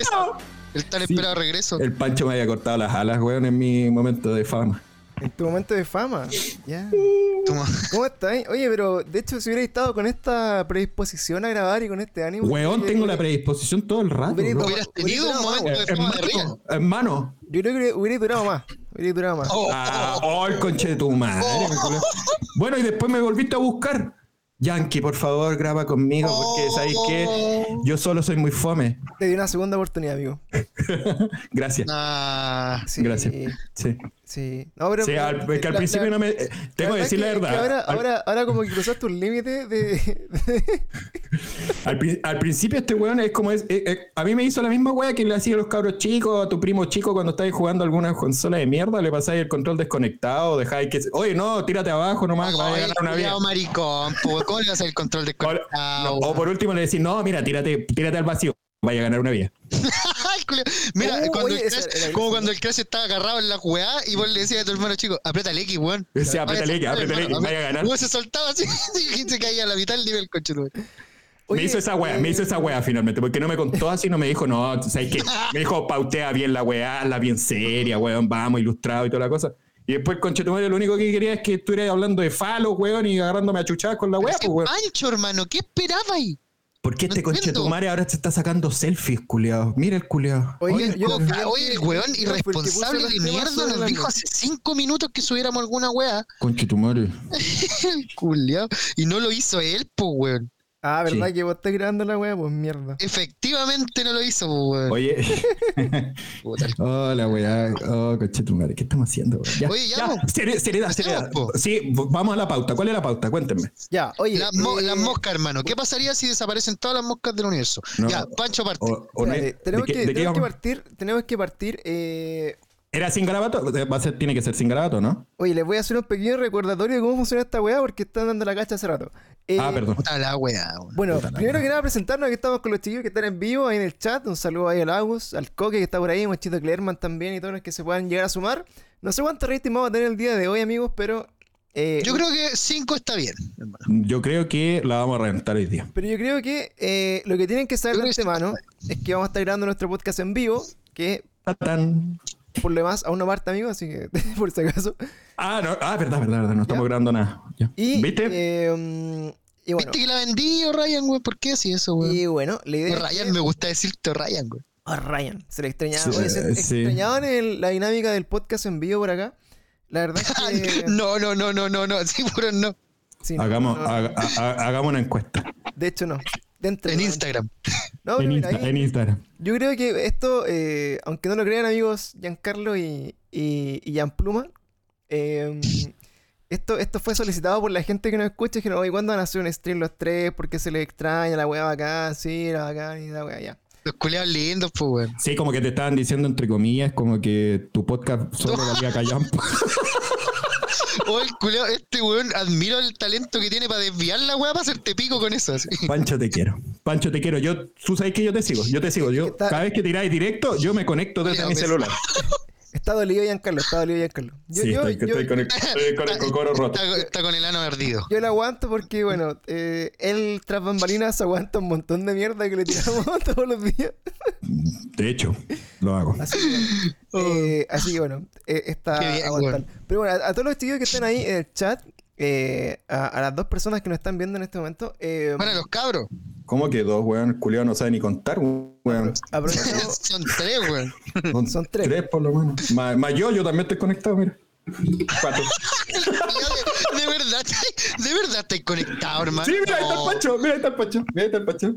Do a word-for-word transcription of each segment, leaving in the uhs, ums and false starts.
El tan Sí. esperado regreso. El Pancho me había cortado las alas, weón, en mi momento de fama. En tu momento de fama. Ya. Toma. ¿Cómo estás? Oye, pero de hecho, si hubiera estado con esta predisposición a grabar y con este ánimo. Weón, yo creo tengo que- la predisposición todo el rato. Hubiera bro. Hubieras tenido un hubiera momento durado de fama de real. Hermano, hermano. Yo creo que hubiera durado más. Hubiera durado más. Oh, Ah, oh, oh, el conche de tu madre. me culiao. Bueno, y después me volviste a buscar. Yankee, por favor, graba conmigo, porque ¿sabéis qué? Yo solo soy muy fome. Te di una segunda oportunidad, amigo. Gracias. nah. Sí, Gracias. Sí. Sí. No, pero, Sí, al, es que al la- principio la- no me. eh, Tengo que decir la es verdad. que ahora, Al- ahora, ahora como que cruzaste un límite de, de- Al, pri- al principio este weón es como es, eh, eh, a mí me hizo la misma wea que le hacía a los cabros chicos, a tu primo chico cuando estáis jugando alguna consola de mierda, le pasáis el control desconectado, dejáis que... Oye, no, tírate abajo nomás, que vaya a ganar una vida. Cuidado, maricón, po. ¿Cómo le vas a hacer el control de O, no, o por último le decís, no, mira, tírate, tírate al vacío, vaya a ganar una vida. Ay, culiao. Mira, Oh, cuando oye, el esa Crash, era como eso, cuando ¿no? el Crash estaba agarrado en la weá y vos le decías a tu hermano chico, aprieta el X, weón. Sí, apriétale X, apriétale X, vaya a ganar. Luego se soltaba así y se caía a la mitad del nivel, coche. Me Oye, hizo esa wea, eh, me hizo esa wea finalmente, porque no me contó así, no me dijo, no, ¿sabes qué? Me dijo, pautea bien la wea, la bien seria, weón, vamos, ilustrado y toda la cosa. Y después el conchetumario lo único que quería es que estuvieras hablando de falo, weón, y agarrándome a chuchadas con la wea, pues, weón. Pancho, hermano, ¿qué esperaba ahí? ¿Por qué no este entiendo. conchetumare ahora se está sacando selfies, culiao? Mira el culiao. Oye, Oye, yo yo, fui el oye, que- el weón yo fui el que puso irresponsable los de temas mierda sobre nos la dijo mesa. hace cinco minutos que subiéramos alguna weá. Conchetumare. El culiao. Y no lo hizo él, pues, weón. Ah, ¿verdad Sí. que vos estás grabando la wea? Pues mierda. Efectivamente no lo hizo, pues, weón. Oye. Puta, el- Hola, weá. Oh, conchetumare. ¿Qué estamos haciendo, weón? Ya, Oye, ya, ya. po. Seri- seriedad, Empecemos, seriedad. po. Sí, v- vamos a la pauta. ¿Cuál es la pauta? Cuéntenme. Ya, oye. Las, mo- eh, las moscas, hermano. ¿Qué pasaría si desaparecen todas las moscas del universo? No. Ya, Pancho parte. O- o no- espérate, tenemos ¿de qué- que, de qué tenemos que vamos? partir, tenemos que partir. eh, ¿Era sin garabato? Va a ser, tiene que ser sin garabato, ¿no? Oye, les voy a hacer un pequeño recordatorio de cómo funciona esta weá porque están dando la cacha hace rato. Eh, Ah, perdón. Puta la weá, weón. Bueno, Puta la primero wea. que nada presentarnos, aquí estamos con los chiquillos que están en vivo ahí en el chat. Un saludo ahí al Agus, al Coque que está por ahí, Machito Clerman también y todos los que se puedan llegar a sumar. No sé cuánto rating vamos a tener el día de hoy, amigos, pero... eh, Yo creo que cinco está bien, hermano. Yo creo que la vamos a reventar hoy día. Pero yo creo que eh, lo que tienen que saber Yo de creo que antemano es que vamos a estar grabando nuestro podcast en vivo, que Tatán. por lo demás aún no parte, amigos, así que por si acaso. Ah, no, ah, verdad, verdad, verdad. No estamos Ya. grabando nada. Ya. Y, ¿Viste? eh, mm, y bueno, ¿Viste que la vendí, o Ryan, weón? ¿Por qué así eso, weón? y bueno, la idea O es Ryan, que- me gusta decirte Ryan, weón. Oh, Ryan, se le extrañaba. Sí, Oye, se sí. extrañaban el- la dinámica del podcast en vivo por acá. La verdad es que... No, no, no, no, no, no. Sí, puro no. sí, no, hagamos, no, haga- ha- hagamos una encuesta. de hecho, no. Dentro En no. Instagram. No, pero en, mira, Insta- ahí- en Instagram. yo creo que esto, eh, aunque no lo crean, amigos, Giancarlo y, y, y Jan Pluma, eh, esto, esto fue solicitado por la gente que nos escucha. Que no, oye, ¿cuándo van a hacer un stream los tres? Porque se les extraña la weá bacán, sí, la bacán y la weá, ya. Los culeados lindos, pues, weón. Sí, como que te estaban diciendo entre comillas, como que tu podcast solo valía callampa. Oh, el culeado, este weón, admiro el talento que tiene para desviar la weá para hacerte pico con eso. Así. Pancho, te quiero. Pancho, te quiero. Yo, tú sabes que yo te sigo. Yo te sigo. Yo, Está- cada vez que tiráis directo, yo me conecto desde Ya, mi pues. celular. Está dolido Giancarlo, está dolido Giancarlo. Yo, Sí, yo, estoy, yo, estoy con el, estoy con el cocoro roto. Está, está con el ano ardido. yo lo aguanto porque, bueno, eh, él tras bambalinas aguanta un montón de mierda que le tiramos todos los días. De hecho, lo hago. Así que, bueno, eh, así que bueno, eh, está Qué bien, aguantando. weón. Pero bueno, a, a todos los chicos que están ahí en el chat, eh, a, a las dos personas que nos están viendo en este momento, eh, Bueno, los cabros. ¿Cómo que dos, weón? El culiao no sabe ni contar, weón. aprovechamos. Son tres, weón. Son, Son tres. Tres, por lo menos. Más, más yo, yo también estoy conectado, mira. Cuatro. De, de verdad, estáis- de verdad estáis conectados, hermano. Sí, mira, ahí está el No. Pancho. Mira, ahí está el Pancho. Mira, ahí está el Pancho.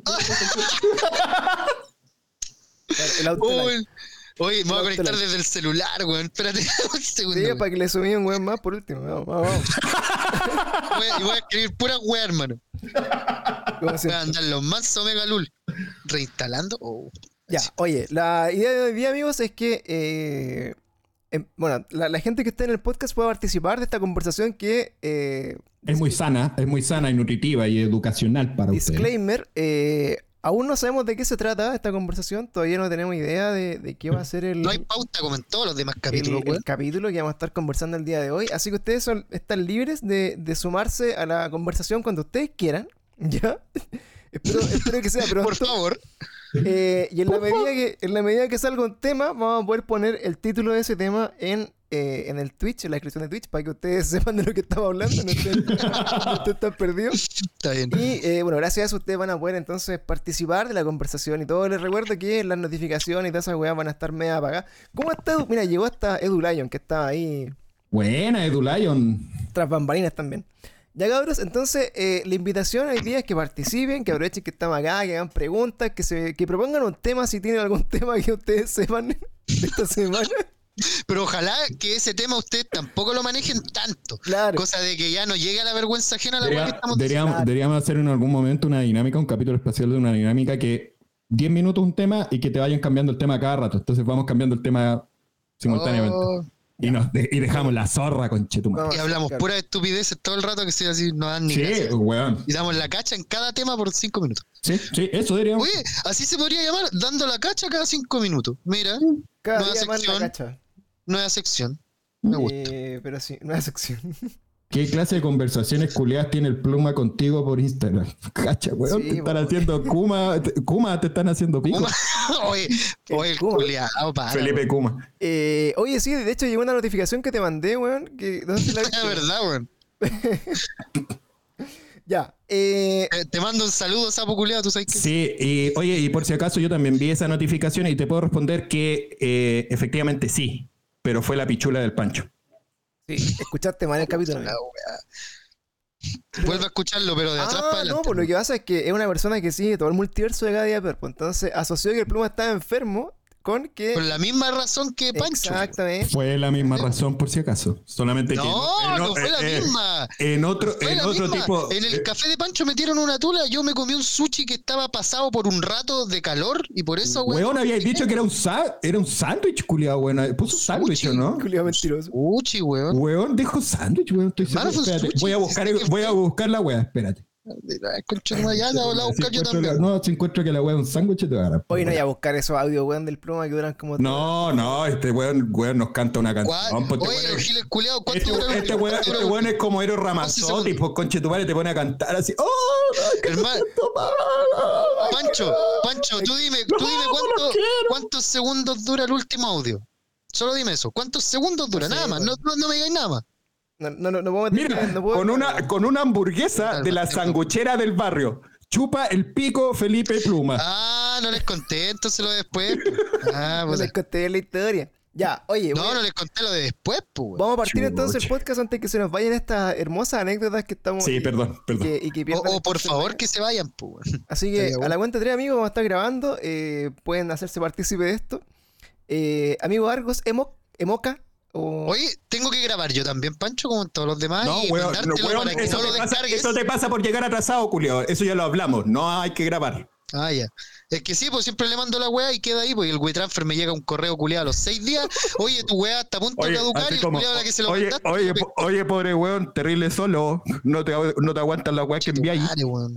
El auto Uy, live. Oye, me voy a No, conectar te la- desde el celular, weón. Espérate un segundo. Sí, weón. para que le subí un weón más por último. Vamos, vamos, vamos. Voy a- y voy a escribir pura weá, hermano. Como Voy siempre. a andar los más Omega Lul. Reinstalando. Oh. Ya, oye, la idea de hoy día, amigos, es que, eh, em, bueno, la, la gente que está en el podcast pueda participar de esta conversación que, eh, Es muy sana, es muy sana y nutritiva y educacional para ustedes. disclaimer, eh, aún no sabemos de qué se trata esta conversación, todavía no tenemos idea de, de qué va a ser el, No hay pauta como en todos los demás el- capítulos, el weón. capítulo que vamos a estar conversando el día de hoy. Así que ustedes son- están libres de, de sumarse a la conversación cuando ustedes quieran, ¿ya? espero, espero que sea pronto. Por favor. Eh, y en la, medida que, en la medida que salga un tema, vamos a poder poner el título de ese tema en, eh, en el Twitch, en la descripción de Twitch, para que ustedes sepan de lo que estamos hablando, no estén, no estén tan perdidos. Está bien. Y eh, bueno, gracias a eso ustedes van a poder entonces participar de la conversación y todo. Les recuerdo que las notificaciones y todas esas weas van a estar medio apagadas. ¿Cómo está Edu? Mira, llegó hasta Edu Lion, que estaba ahí Buena, Edu Lion. tras bambalinas también. Ya cabros, entonces eh, la invitación hoy día es que participen, que aprovechen que estamos acá, que hagan preguntas, que se que propongan un tema si tienen algún tema que ustedes sepan de esta semana. Pero ojalá que ese tema ustedes tampoco lo manejen tanto. Claro. Cosa de que ya no llegue a la vergüenza ajena a la Debería- weá que estamos deberíamos, Claro. deberíamos hacer en algún momento una dinámica, un capítulo especial de una dinámica que diez minutos un tema y que te vayan cambiando el tema cada rato. Entonces vamos cambiando el tema simultáneamente. Oh, Y, nos de- y dejamos la zorra con Chetumal. Vamos. y hablamos Claro. puras estupideces todo el rato que sea así, no dan ni Sí, gracia. weón. Y damos la cacha en cada tema por cinco minutos. Sí, sí, eso deberíamos. Oye, así se podría llamar, dando la cacha cada cinco minutos. Mira, Cada nueva día más la sección. cacha. nueva sección. Me gusta. Eh, pero sí, nueva sección. ¿Qué clase de conversaciones culiadas tiene el Pluma contigo por Instagram? Cacha, weón, Sí, te están weón. haciendo Kuma, te- Kuma te están haciendo pico. Kuma. Oye, oye, el Kuma. culiao, para. Felipe Kuma. Eh, oye, sí, de hecho llegó una notificación que te mandé, weón. Que, ¿dónde la Es viste? verdad, weón. Ya. Eh, Eh, Te mando un saludo, sapo culiao, tú sabes que Sí, y oye, y por si acaso yo también vi esa notificación y te puedo responder que eh, efectivamente sí, pero fue la pichula del Pancho. sí, escuchaste mal el capítulo. La amigo. weá. Vuelve a escucharlo, pero de atrás para Ah, adelante. no, pues lo que pasa es que es una persona que sigue todo el multiverso de cada día Perpo. Entonces asoció que el Pluma estaba enfermo con que. Por la misma razón que Pancho. Exactamente. Fue la misma razón por si acaso, solamente que No, en- no fue la eh, eh, misma. en otro, Fue en la otro misma. tipo. En el eh, café de Pancho metieron una tula. Yo me comí un sushi que estaba pasado por un rato de calor y por eso, weón. Weón, habíais dicho que era un sa- era un sándwich, culiado, weón. Puso sándwich, ¿o no? Culiao mentiroso. Sushi, weón. Weón, dijo sándwich, weón. Estoy Hermano, seguro. fue Espérate, sushi. voy a buscar, Dice que voy a fue- buscar la weá, espérate. Ay, concha de madre, ya la voy a Si buscar yo encuentro la- también. no, si encuentro que la weá es un sándwich, te va a agarrar. Hoy no voy a buscar esos audios, weón, del Pluma que duran como. No, no, este weón, weón nos canta una ¿Cuál? canción. pues, este Oye, weón los es- giles culiados, ¿cuánto Este, dura? este, weón, cuánto este dura? weón es como Eros segundos. Ramazzotti, pues conchetumare te pone a cantar así. ¡Oh! Hermano, Pancho, Pancho, tú dime, tú dime cuánto, cuántos segundos dura el último audio. Solo dime eso. ¿Cuántos segundos dura? No sé, Nada más. weón. No, no, no me digáis nada más. No, no, no, no puedo meter- Mira, no puedo- con una, con una hamburguesa de la sanguchera del barrio. Chupa el pico Felipe Pluma. Ah, no les conté, entonces lo de después. Ah, No pues. les conté la historia. Ya, oye, No, voy a- no les conté lo de después, pues. weón. vamos a partir Chucha. entonces el podcast antes que se nos vayan estas hermosas anécdotas que estamos. Sí, y- perdón, y perdón. que- y que O, pierdan o por entonces favor la- que se vayan, pues. weón. Así que Estaría a la bueno. cuenta de tres, amigos, vamos a estar grabando. eh, pueden hacerse partícipe de esto. Eh, amigo Argos, Emo, Emoca. O... Oye, tengo que grabar yo también, Pancho, como todos los demás. No, y weón, no, mandártelo weón, para que eso, no lo te pasa, descargues. eso te pasa por llegar atrasado, culiao. Eso ya lo hablamos. No hay que grabar. Ah, ya. Es que sí, pues siempre le mando la weá y queda ahí, pues y el WeTransfer me llega un correo culiado a los seis días. Oye, tu weá está a punto Oye, de caducar así y el como, culiado a la que se lo oye, mandaste, oye, me- po- oye, pobre weón, terrible solo. No te, no te aguantan las weas que envías ahí. Madre, weón.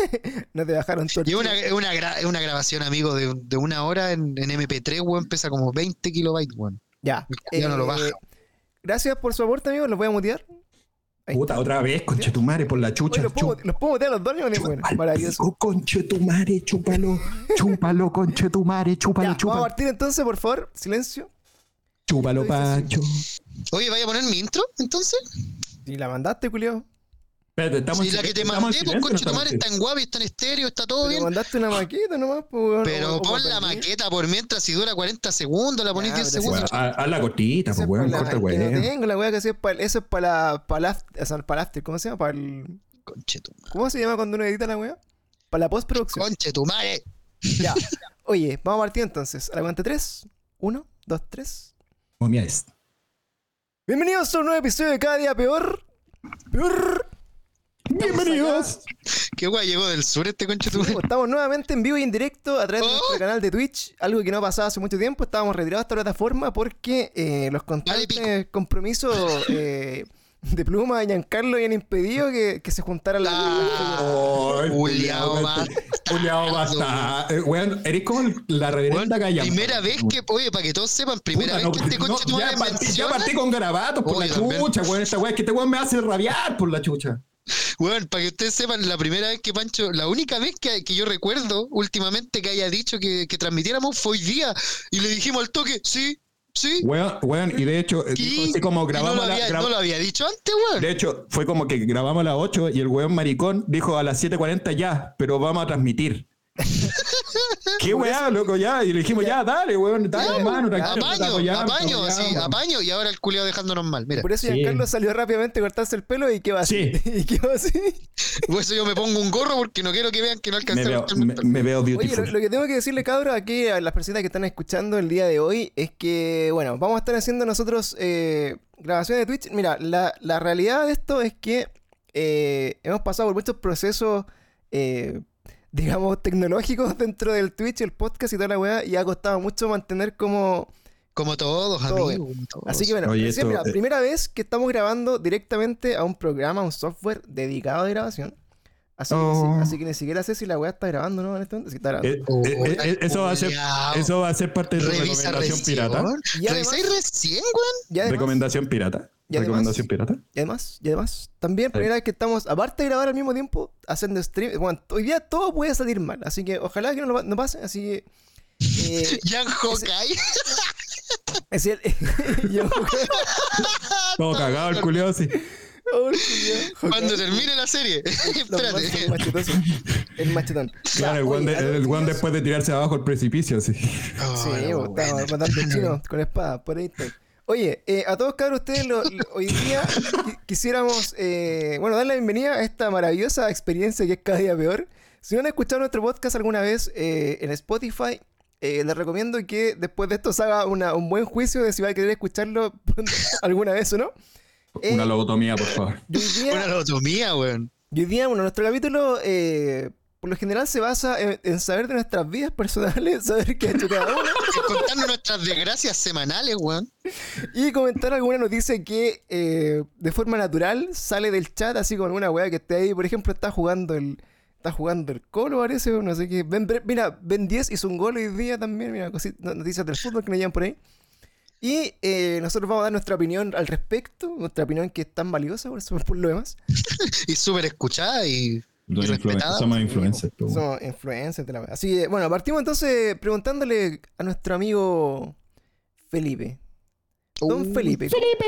No te bajaron todo el Y es una, chivo. es una, gra- es una grabación, amigo, de, de una hora en, en eme pe tres, weón, pesa como veinte kilobytes, weón. Ya. Ya no lo baja. Gracias por su aporte, amigos. Los voy a mutear. Ahí Puta, otra vez, conchetumare, por la chucha. Oye, los puedo, los puedo mutear a los dos, amigos. Bueno, maravilloso. Conchetumare, chúpalo. Chúpalo, conchetumare, chúpalo, Ya, vamos a chúpalo. partir entonces, por favor. Silencio. Chúpalo, Pancho. Oye, ¿vaya a poner mi intro, entonces? Si la mandaste, Julio. Espérate, estamos Si en la que te silencio, mandé, estamos en pues silencio, conche tu no madre, estamos está en guapi, está en estéreo, está todo Pero bien. mandaste una maqueta nomás, pues, weón. Pero O- o pon la papel. maqueta por mientras, si dura cuarenta segundos, la ponís Ya, diez pero si segundos. Bueno, haz haz la cortita, Esa pues, es weón, pa' la- corta el que no weón. tengo, la weá que hacía es para eso es para la para la, o sea, para el after, ¿cómo se llama? Para el Conche tu madre. ¿cómo se llama cuando uno edita la weá? Para la postproducción. Conche tu madre. Ya. Oye, vamos a partir entonces. A la cuenta tres. uno, dos, tres. Momia es. Bienvenidos a un nuevo episodio de Cada Día Peor. Peor. Bienvenidos. ¿Qué weá llegó del sur este conche tu madre? Estamos nuevamente en vivo y en directo a través de Oh. nuestro canal de Twitch, algo que no pasaba hace mucho tiempo. Estábamos retirados de esta plataforma porque eh, los constantes pico. compromisos eh, de Pluma de Giancarlo habían impedido que, que se juntaran las Ah. Ay, Juliao, Juliao, bastardo. Juliao, basta. Eh, Weón, eres como la Weón, reverenda Gaya. primera vez que, oye, para que todos sepan, primera Puta, vez no, que este no, conche tu ya, madre partí, ya menciona. partí con garabatos por Oye, la también. chucha, weón. Esta weá es que este weón me hace rabiar por la chucha. Bueno, para que ustedes sepan, la primera vez que Pancho, la única vez que, que yo recuerdo últimamente que haya dicho que, que transmitiéramos fue hoy día. Y le dijimos al toque, sí, sí. Weón, weón, y de hecho, Y, dijo así como y no, grabamos lo la. había, gra- no lo había dicho antes, weón. De hecho, fue como que grabamos a las ocho y el weón maricón dijo a las siete cuarenta ya, pero vamos a transmitir. ¿Qué weá, loco? Ya. Y le dijimos, ya, dale, weón, dale, hermano, tranquilo. Apaño, ya, apaño, ya, así, ya. apaño. Y ahora el culiao dejándonos mal. Mira, Por eso Sí. Giancarlo salió rápidamente a cortarse el pelo y qué va así. Sí. y qué va así. por eso yo me pongo un gorro porque no quiero que vean que no alcancé Me a veo, cortarme el me, pelo. me veo Oye, beautiful. lo, lo que tengo que decirle, cabros, aquí a las personas que están escuchando el día de hoy es que, bueno, vamos a estar haciendo nosotros eh, grabaciones de Twitch. Mira, la, la realidad de esto es que eh, hemos pasado por muchos procesos, eh, digamos, tecnológicos dentro del Twitch, el podcast y toda la weá, y ha costado mucho mantener como... Como todos, Todo. amigos. como todos. Así que bueno, Oye, recién, esto, mira, eh. primera vez que estamos grabando directamente a un programa, a un software dedicado a grabación. Así, Oh. que, ni- así que ni siquiera sé si la weá está grabando, ¿no? En este momento. Sí, está grabando. Eh, Oh, eh, eh, eso, va a ser, culiao. eso va a ser parte de tu Revisa recomendación recién. pirata. Y además- ¿Revisáis recién, weón? Y además, Recomendación pirata. Y además- Recomendación pirata. y además, y además, también primera vez que estamos, aparte de grabar al mismo tiempo, haciendo stream. Bueno, hoy día todo puede salir mal, así que ojalá que no, lo pa- no pase. Así que. Eh, Jan Hawkeye. es el. yo- Todo cagado el culiao así. Oh, el culiao. Cuando termine la serie. Los más- el Espérate. machetoso. El machetón. Claro, el Ya, weón oye, de- algo el que weón querías- después de tirarse abajo el precipicio, así. Oh, Sí, no, vos, bueno. estaba matando chinos con espada, por ahí estoy. Oye, eh, a todos cabros, ustedes lo- lo- hoy día qui- quisiéramos, eh, bueno, dar la bienvenida a esta maravillosa experiencia que es cada día peor. Si no han escuchado nuestro podcast alguna vez eh, en Spotify, eh, les recomiendo que después de esto se haga una- un buen juicio de si va a querer escucharlo alguna vez o no. Eh, Una lobotomía, por favor. y hoy día, Una lobotomía, weón. y hoy día, bueno, nuestro capítulo eh, por lo general se basa en, en saber de nuestras vidas personales, saber qué ha hecho cada uno. Contando nuestras desgracias semanales, weón. Y comentar alguna noticia que eh, de forma natural sale del chat, así como alguna weá que esté ahí. Por ejemplo, está jugando el está jugando el Colo, parece, o no sé qué. Ben, Bre- mira, Ben diez hizo un gol hoy día también. Mira, cosi- no- noticias del fútbol que nos llevan por ahí. Y eh, nosotros vamos a dar nuestra opinión al respecto. Nuestra opinión que es tan valiosa por, eso- por lo demás. Y súper escuchada y, y Los influen- respetada. somos influencers, pero bueno. Somos influencers de la weá. Así que, bueno, partimos entonces preguntándole a nuestro amigo Felipe. Don Uh, Felipe.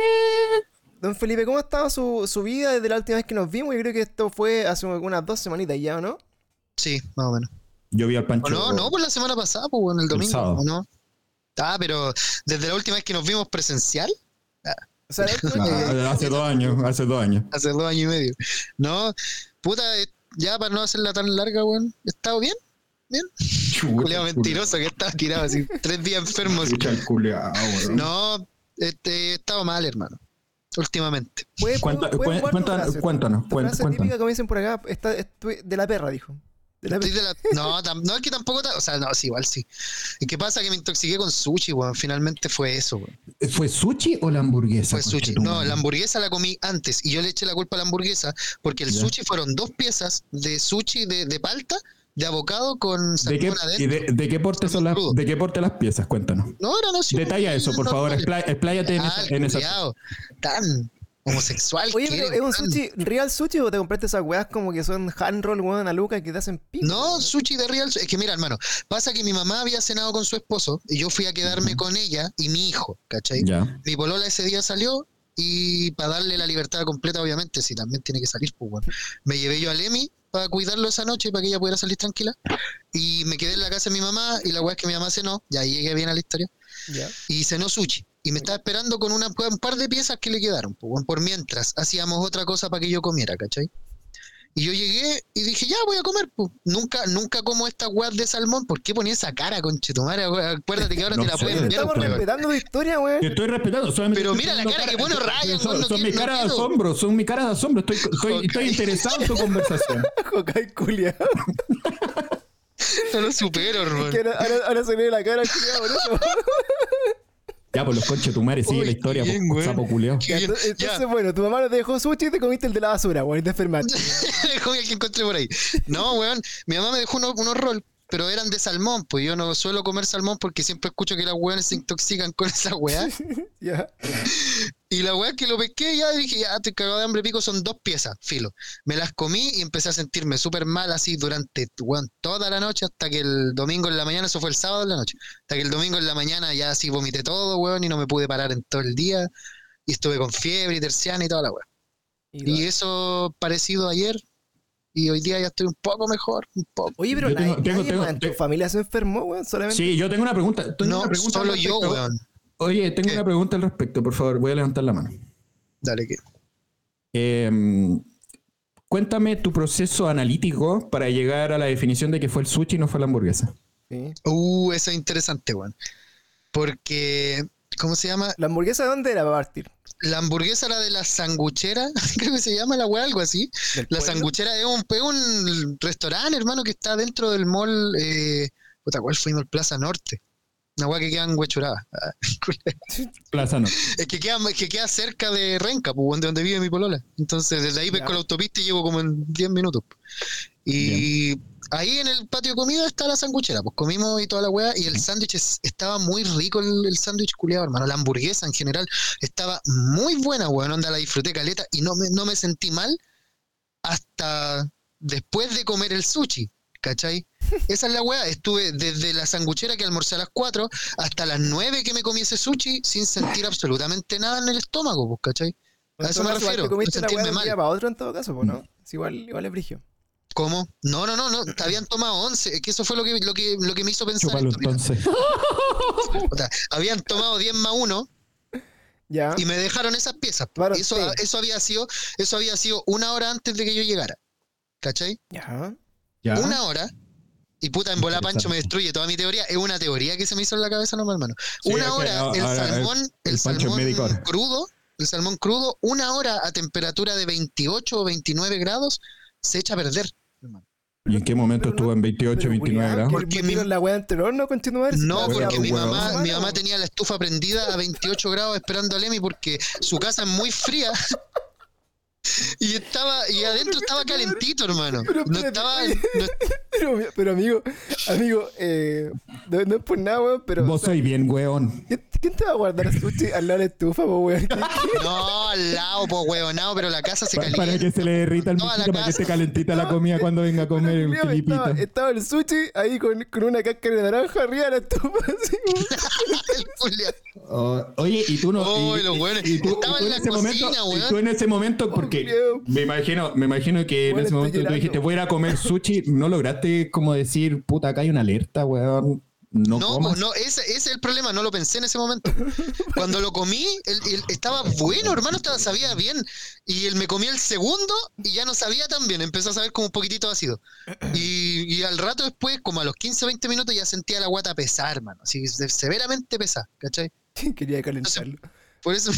Don Felipe, ¿cómo ha estado su, su vida desde la última vez que nos vimos? Yo creo que esto fue hace unas dos semanitas ya, ¿o no? Sí, más o menos. Yo vi al O Pancho. no, no, pues la semana pasada, pues bueno, el domingo, sábado. ¿o no? Ah, pero desde la última vez que nos vimos presencial, O sea, la última vez que- Ah, hace dos años, hace dos años. hace dos años y medio. No, puta, eh, ya para no hacerla tan larga, weón, ¿he estado bien? Culeado mentiroso que estaba tirado así, tres días enfermo. así. Escucha el culeado, weón. No, este, he estado mal, hermano, últimamente. ¿Puede- Cuenta- puede- puede cuen- jugar tu cuéntanos, frase? cuéntanos, Tu cuen- frase cuéntanos. típica, como dicen por acá, está, estoy de la perra, dijo. De la Estoy perra. de la- No, tam- no es que tampoco, ta- o sea, no, sí, igual sí. ¿Y qué pasa? Que me intoxiqué con sushi, weón, finalmente fue eso, weón. ¿Fue sushi o la hamburguesa? Fue sushi. No, conchetumare? la hamburguesa la comí antes y yo le eché la culpa a la hamburguesa porque el Ya. sushi fueron dos piezas de sushi de, de palta, de abocado con ¿De qué, salmón y adentro. de, de qué porte son las, Crudo. de qué porte las piezas? Cuéntanos. No, era no sí, Detalla eso, por favor. normal. Explá- Expláyate en Ah, esa. En esa- culiao, tan homosexual Oye, que pero eres, ¿es un tan- sushi real sushi o te compraste esas weas como que son hand roll, weón, a Luca que te hacen pico? No, sushi de real. Es que mira, hermano, pasa que mi mamá había cenado con su esposo y yo fui a quedarme Ujú. con ella y mi hijo, ¿cachai? Ya. Mi polola ese día salió y para darle la libertad completa, obviamente, si también tiene que salir, pues bueno. Me llevé yo a Emi para cuidarlo esa noche, para que ella pudiera salir tranquila. Y me quedé en la casa de mi mamá y la weá es que mi mamá cenó, y ahí llegué bien a la historia, Ya. y cenó sushi. Y me estaba esperando con una, un par de piezas que le quedaron, pues, bueno, por mientras hacíamos otra cosa para que yo comiera, ¿cachai? Y yo llegué y dije, ya voy a comer, pues. Nunca, nunca como esta weá de salmón. ¿Por qué ponía esa cara, conchetumare? Acuérdate que ahora No te la sé. pueden ver, Estamos weón. respetando tu historia, weón. Te estoy respetando. Solamente Pero estoy mira la haciendo cara que pone Ryan, Son, weón, no son quiero- mis no caras de quiero. asombro. Son mis caras de asombro. Estoy, estoy, Ok. estoy interesado en tu conversación. Jokai culia. No lo supero, hermano. Que ahora, ahora, ahora se le ve la cara al culiao por eso. Ya, pues los conches tu madre sigue Uy, la historia, qué bien, pues, weón. sapo culeado. Qué Ya, bien. ento- Ya. Entonces, bueno, tu mamá no te dejó sushi y te comiste el de la basura, weón, y te enfermaste. Comí el que encontré por ahí. No, weón. Mi mamá me dejó unos, unos rolls pero eran de salmón, pues yo no suelo comer salmón porque siempre escucho que las weones se intoxican con esa weá. Ya. Y la weá que lo pesqué ya dije, ya estoy cagado de hambre, pico, son dos piezas, filo. Me las comí y empecé a sentirme súper mal así durante weón, toda la noche hasta que el domingo en la mañana, eso fue el sábado en la noche, hasta que el domingo en la mañana ya así vomité todo, weón, y no me pude parar en todo el día. Y estuve con fiebre y terciana y toda la weá. Y, Y eso parecido ayer. Y hoy día ya estoy un poco mejor, un poco. Oye, pero Yo tengo- nadie, tengo- nadie tengo- más en tu te- familia se enfermó, weón, solamente. Sí, yo tengo una pregunta. Tengo No, una pregunta al solo yo, respecto. weón. Oye, tengo ¿Qué? una pregunta al respecto, por favor. Voy a levantar la mano. Dale, que. Eh, cuéntame tu proceso analítico para llegar a la definición de que fue el sushi y no fue la hamburguesa. Sí. Uh, eso es interesante, weón. Porque, ¿cómo se llama? ¿La hamburguesa de dónde era para partir? La hamburguesa era de la sanguchera, creo que se llama la weá, algo así. ¿Del La pueblo? sanguchera es un, es un restaurante, hermano, que está dentro del mall. Eh, puta, ¿cuál fuimos? El Plaza Norte. Una weá que queda en Huechuraba. Ah, Plaza no. es, que queda, es que queda cerca de Renca, pues, donde, donde vive mi polola. Entonces, desde ahí pesco Ya. la autopista y llego como en diez minutos. Y ahí en el patio de comida está la sanguchera. Pues comimos y toda la weá. Y el sándwich es- estaba muy rico, el, el sándwich culiado, hermano. La hamburguesa en general estaba muy buena, weón. Onda, la disfruté caleta y no me, no me sentí mal hasta después de comer el sushi. ¿Cachai? Esa es la weá. Estuve desde la sanguchera que almorcé a las cuatro hasta las nueve que me comí ese sushi sin sentir absolutamente nada en el estómago, pues, ¿cachai? A eso me Entonces, igual refiero, te comiste no la weá sentirme de un mal. día para otro en todo caso, pues, ¿no? Es igual, igual es brigio. ¿Cómo? No, no, no, no. Te habían tomado once. Es que eso fue lo que, lo que, lo que me hizo pensar Chúpalo esto, mira. entonces. Puta, habían tomado diez más uno Ya. y me dejaron esas piezas. Claro, eso, sí. eso había sido, eso había sido una hora antes de que yo llegara. ¿Cachai? Ya. ¿Ya? Una hora. Y puta, en bola Pancho me destruye toda mi teoría. Es una teoría que se me hizo en la cabeza nomás, hermano. Sí, Una es que hora, ahora- el ahora salmón, el- el, el Pancho es médico salmón ahora. crudo, el salmón crudo, una hora a temperatura de veintiocho o veintinueve grados, se echa a perder, hermano. ¿Y en qué momento Pero no- estuvo en veintiocho, Pero, veintinueve culiao, grados? que Porque metieron mi- la weá entre horno, conchetumare. No, Claro, porque mi huevón. mamá, mi Semana, mamá tenía la estufa prendida a veintiocho grados esperando a Lemi porque su casa es muy fría. Y estaba, y adentro estaba calentito, hermano. Pero No espérate, estaba. oye. no- Pero, pero amigo, amigo, eh, no, no es por nada, weón, pero. Vos soy bien, weón. ¿quién, quién te va a guardar sushi al lado de la estufa, po, weón? ¿Qué- no, al lado, po, huevonao, pero la casa se Pa- calienta. para que se le derrita el Toda la mojito, para que casa. esté calentita la comida cuando venga a comer el Culiao, estaba, Filipito. estaba el sushi ahí con, con una cáscara de naranja arriba de la estufa, así como. El Julián. Oh, oye, y tú no. Oh, y, los weones. y tú, Estaba y tú en en la ese momento, cocina, y weón. tú en ese momento, porque Julio. me imagino, me imagino que en Weón, ese estoy momento tú llorando. dijiste, voy a ir a comer sushi, no lograste como decir, puta, acá hay una alerta, weón. No, No, comas. po, no, ese, ese es el problema, no lo pensé en ese momento. Cuando lo comí, el, el- estaba bueno, hermano, estaba, sabía bien. Y él me comí el segundo y ya no sabía tan bien, empezó a saber como un poquitito ácido. Y, y al rato después, como a los quince, veinte minutos, ya sentía la guata pesar, hermano, así se- severamente pesada, ¿cachai? Quería calentarlo. Por eso,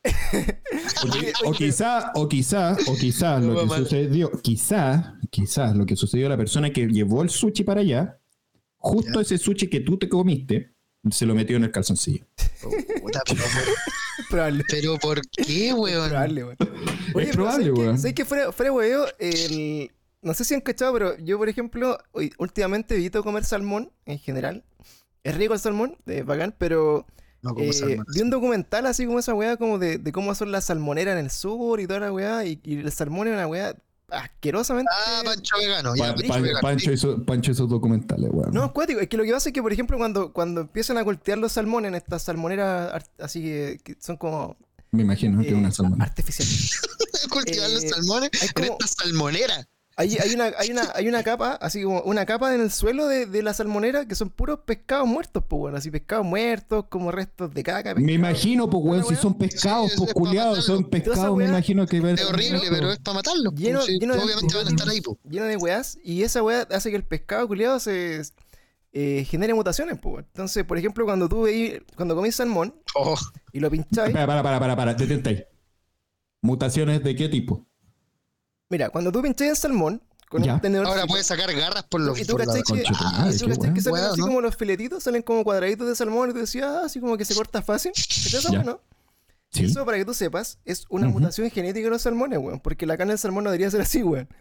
O, qui- Oye, o oye, quizá, o quizá, o quizá lo que Mamá. sucedió, quizá, quizás lo que sucedió a la persona que llevó el sushi para allá, justo Ya. ese sushi que tú te comiste, se lo metió en el calzoncillo. puta, pero, Probable. pero ¿por qué, weón? Probable, weón. Es probable, weón. ¿Sabes que fuera, fuera weón? El... No sé si han cachado, pero yo, por ejemplo, hoy- últimamente evito comer salmón en general. Es rico el salmón, es bacán, pero No, como eh, salmón. vi un documental así como esa weá, como de, de cómo son las salmoneras en el sur y toda la weá, y, y el salmón es una weá asquerosamente. Ah, Pancho vegano, ya, Pa- Pancho pa- vegano. Pancho, hizo, Pancho hizo documentales, weón. No, es cuático. Es que lo que pasa es que, por ejemplo, cuando, cuando empiezan a voltear los salmones en estas salmoneras ar- así que, que son como Me imagino que es eh, una salmón. artificiales. Cultivar los eh, salmones hay en como- esta salmonera. Hay, hay, una, hay, una, hay una capa, así como una capa en el suelo de, de la salmonera que son puros pescados muertos, pues bueno, así pescados muertos, como restos de caca. Me pescado. imagino, pues, weón, Una si weá. son pescados, Sí, pues, es pa' culiados, son matarlo. pescados, Toda esa me weá imagino que... Es horrible, pero es para matarlos. Lleno- pues, sí, lleno de obviamente van a estar ahí, antibióticos, pues. lleno de weás, y esa weá hace que el pescado culiado se eh, genere mutaciones, pues. Bueno. Entonces, por ejemplo, cuando tú veí, cuando comís salmón Oh, y lo pincháis, Para, para, para, para, para, detente ahí. ¿Mutaciones de qué tipo? mira, cuando tú pincháis el salmón con Ya. un tenedor. ahora puedes sacar garras por los Y tú por la- cachai que, concha de tu ah, madre, y tú qué cachai weá. que salen Weá, así ¿no? como los filetitos, salen como cuadraditos de salmón y tú decías, ah, así como que se corta fácil. ¿Cachai esa Ya. weá, no? Sí. Eso, para que tú sepas, es una Ujú. mutación genética de los salmones, weón. Porque la carne del salmón no debería ser así, weón.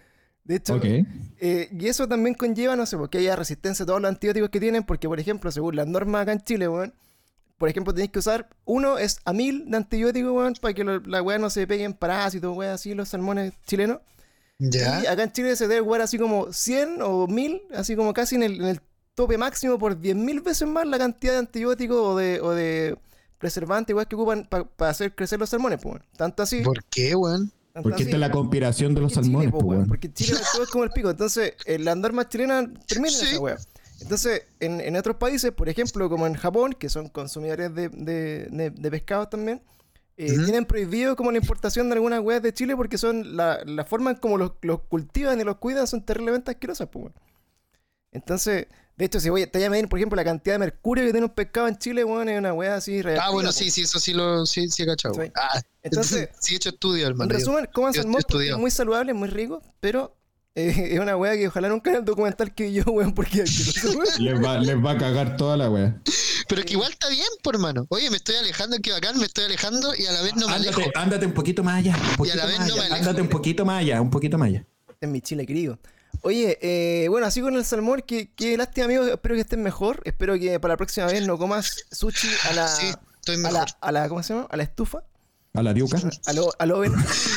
De hecho, Ok. eh, y eso también conlleva, no sé, porque haya resistencia a todos los antibióticos que tienen, porque, por ejemplo, según las normas acá en Chile, weón, por ejemplo, tenéis que usar, uno es a mil de antibióticos, weón, para que lo- la weá no se peguen parásitos, weón, así, los salmones chilenos. Ya. Y acá en Chile se debe jugar así como cien o mil, así como casi en el, en el tope máximo por diez mil veces más la cantidad de antibióticos o de, o de preservantes igual que ocupan para hacer crecer los salmones, pues. Weón. Tanto así. ¿Por qué, weón? tanto Porque así, esta es la conspiración de los porque Chile, salmones, po, pues, weón, weón. porque Chile todo es como el pico. Entonces, eh, las normas chilenas permiten Sí. esa weá. Entonces, en, en otros países, por ejemplo, como en Japón, que son consumidores de, de, de, de pescados también, eh, Ujú. tienen prohibido como la importación de algunas weas de Chile porque son la, la forma en como los, los cultivan y los cuidan son terriblemente asquerosas, pues, weón. Entonces, de hecho, si voy, te voy a medir, por ejemplo, la cantidad de mercurio que tiene un pescado en Chile, weón, es una wea así real. Ah, bueno, sí, sí, eso sí lo sí, sí he cachado. Sí. weón. Ah, Entonces, sí he hecho estudio, En hermano. yo- resumen, coman yo salmón estoy porque es estudiado. muy saludable, muy rico, pero eh, es una wea que ojalá nunca en el documental que vi yo, weón, porque es asqueroso, weón. Les va, les va a cagar toda la wea. Pero es que igual está bien, por hermano. Oye, me estoy alejando, qué bacán, me estoy alejando y a la vez no me alejo. ándate, ándate un poquito más allá. Un poquito la vez más no me allá. alejo. Ándate un poquito más allá, un poquito más allá. En mi Chile, querido. Oye, eh, bueno, así con el salmón, que, que lástima, amigo, espero que estés mejor. Espero que para la próxima vez no comas sushi a la, Sí, estoy a mejor. la, a la, ¿cómo se llama? A la estufa, A la diuca. a lo, al oven.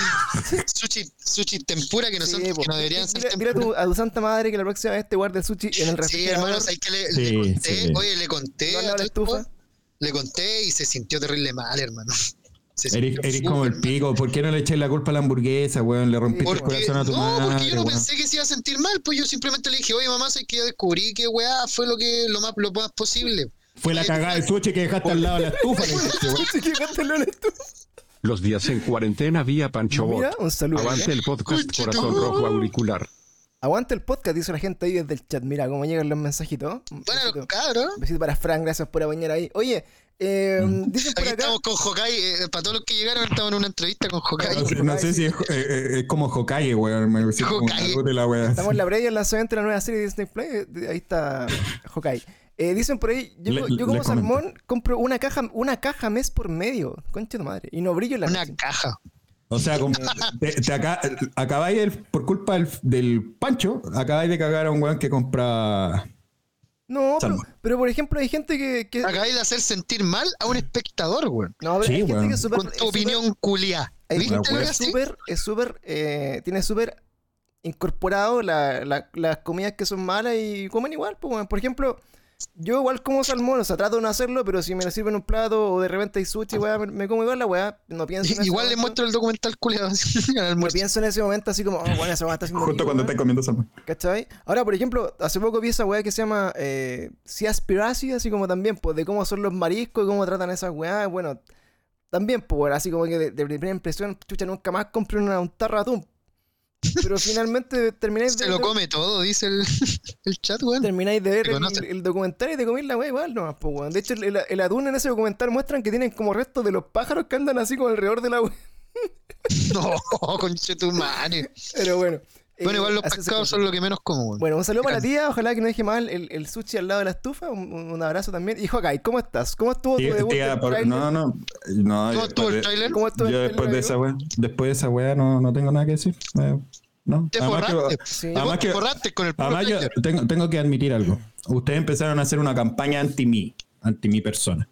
Sushi, sushi tempura que no, son, Sí, que po. no deberían ser Dile, dile a, tempura. tu, a tu santa madre que la próxima vez te guarde el sushi en el Sí, refrigerador. hermano, ¿sabes que le, Sí, le conté? sí. Oye, le conté No al a lado de la todo esto, estufa. le conté y se sintió terrible mal, hermano. Se Eres, sintió eres súper como el mal. pico. ¿Por qué no le echáis la culpa a la hamburguesa, weón? Le rompiste el Porque, corazón a tu no, madre, porque yo no weón. pensé que se iba a sentir mal, pues yo simplemente le dije, oye mamá, sé que yo descubrí que weá fue lo que lo más, lo más posible. Fue la Oye, cagada de sushi que dejaste al lado de la estufa. le dijiste, weón. Sushi que gástalo en la estufa. Los días en cuarentena vía Pancho Mira, Bot. un saludo. Avance el podcast Conche Corazón tu- Rojo Auricular. Aguanta el podcast, dice la gente ahí desde el chat. Mira cómo llegan los mensajitos. Un Bueno, besito. los cabros. Un besito para Fran, gracias por apañar ahí. Oye, eh, dicen por Aquí acá. estamos con Hokai, eh, para todos los que llegaron, estamos en una entrevista con Hokai. No sé, no sé si es, eh, eh, es como Hokage, weón. Me parece como Hokage. Naruto y la weá. Estamos en la previa del lanzamiento de la nueva serie de Disney Play. eh, Ahí está Hawkeye. Eh, dicen por ahí, yo, Le- yo le como comento. salmón compro una caja, una caja mes por medio. Concha de madre. Y no brillo en la Una noche. caja. O sea, como- te, te aca- acabáis, del- por culpa del, del Pancho, acabáis de cagar a un weón que compra. No, pero, Salmón. pero por ejemplo hay gente que... que- Acabáis de hacer sentir mal a un espectador, weón. no, pero Sí, hay gente weón. que es súper... Con es tu súper- opinión culia. hay ¿Viste gente lo que que es hace? súper... Es súper... eh, tiene súper incorporado la- la- las comidas que son malas y comen igual. Pues, weón. Por ejemplo... Yo igual como salmón, o sea, trato de no hacerlo, pero si me lo sirven en un plato o de repente hay sushi, weá, me, me como igual la weá, no pienso en ese Igual le momento- muestro el documental culiado al No almuerzo. pienso en ese momento así como, oh, bueno, esa weá está haciendo Justo rico, cuando weón. estáis comiendo salmón. ¿Cachai? Ahora, por ejemplo, hace poco vi esa weá que se llama eh, Seaspiracy, así como también, pues, de cómo son los mariscos y cómo tratan esas weá. Bueno, también, pues, bueno, así como que de, de primera impresión, chucha, nunca más compré una, un tarro de atún. Pero finalmente termináis de, Se lo de- come todo, dice el, el chat, weón. termináis de ver Te el, conocen. el documental y de comer la weá igual, no, pues, weón. De hecho, el, el atún en ese documental muestran que tienen como restos de los pájaros que andan así como alrededor de la weá. No, conchetumare. Pero bueno. Bueno, eh, igual los así se pescados cose. son lo que menos como, weón. Bueno, un saludo para la tía, ojalá que no deje mal el, el sushi al lado de la estufa, un, un abrazo también. Y Hawkeye, ¿cómo estás? ¿Cómo estuvo tu Tía- debut tía, del por- tráiler? no, no, no. ¿Cómo estuvo el de- tráiler? ¿Cómo estuvo el Yo tráiler, después de esa amigo? weá, después de esa weá no, no tengo nada que decir. Eh, no. Te Además que- forraste. Sí. Te Además que- forraste con el puro Además, yo tráiler. tengo, tengo que admitir algo. Ustedes empezaron a hacer una campaña anti-mí, anti-mi persona.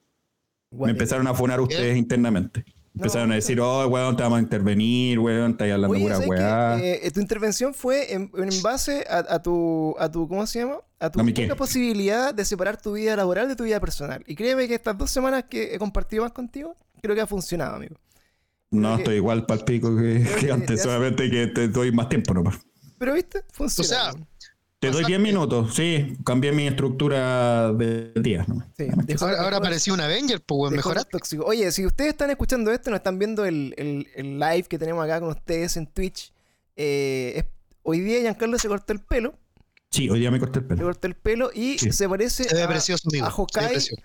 Me Guate. empezaron a funar ustedes ¿Qué? internamente. Empezaron No, a decir, oh, weón, te vamos a intervenir, weón, estás hablando Oye, pura ¿sabes weá. qué? Eh, tu intervención fue en, en base a, a tu, a tu, ¿cómo se llama? A tu ¿A mi qué? poca posibilidad de separar tu vida laboral de tu vida personal. Y créeme que estas dos semanas que he compartido más contigo, creo que ha funcionado, amigo. No, creo que- estoy igual para el pico que, creo que que antes, ya- solamente que te doy más tiempo nomás. Pero, ¿viste? Funciona. O sea, weón. Te doy Pasaste- diez minutos, sí, cambié mi estructura de día nomás. Sí, Nada más. dejó- Ahora, ahora dejó- apareció un Avenger, pues, weón. dejó de ser Mejoraste. tóxico. Oye, si ustedes están escuchando esto, nos están viendo el, el- el live que tenemos acá con ustedes en Twitch. eh, es- hoy día Giancarlo se cortó el pelo. Sí, hoy día me corté el Se pelo. cortó el pelo y Sí. se parece Se ve a, precioso, amigo. a Se ve Hawkeye precioso.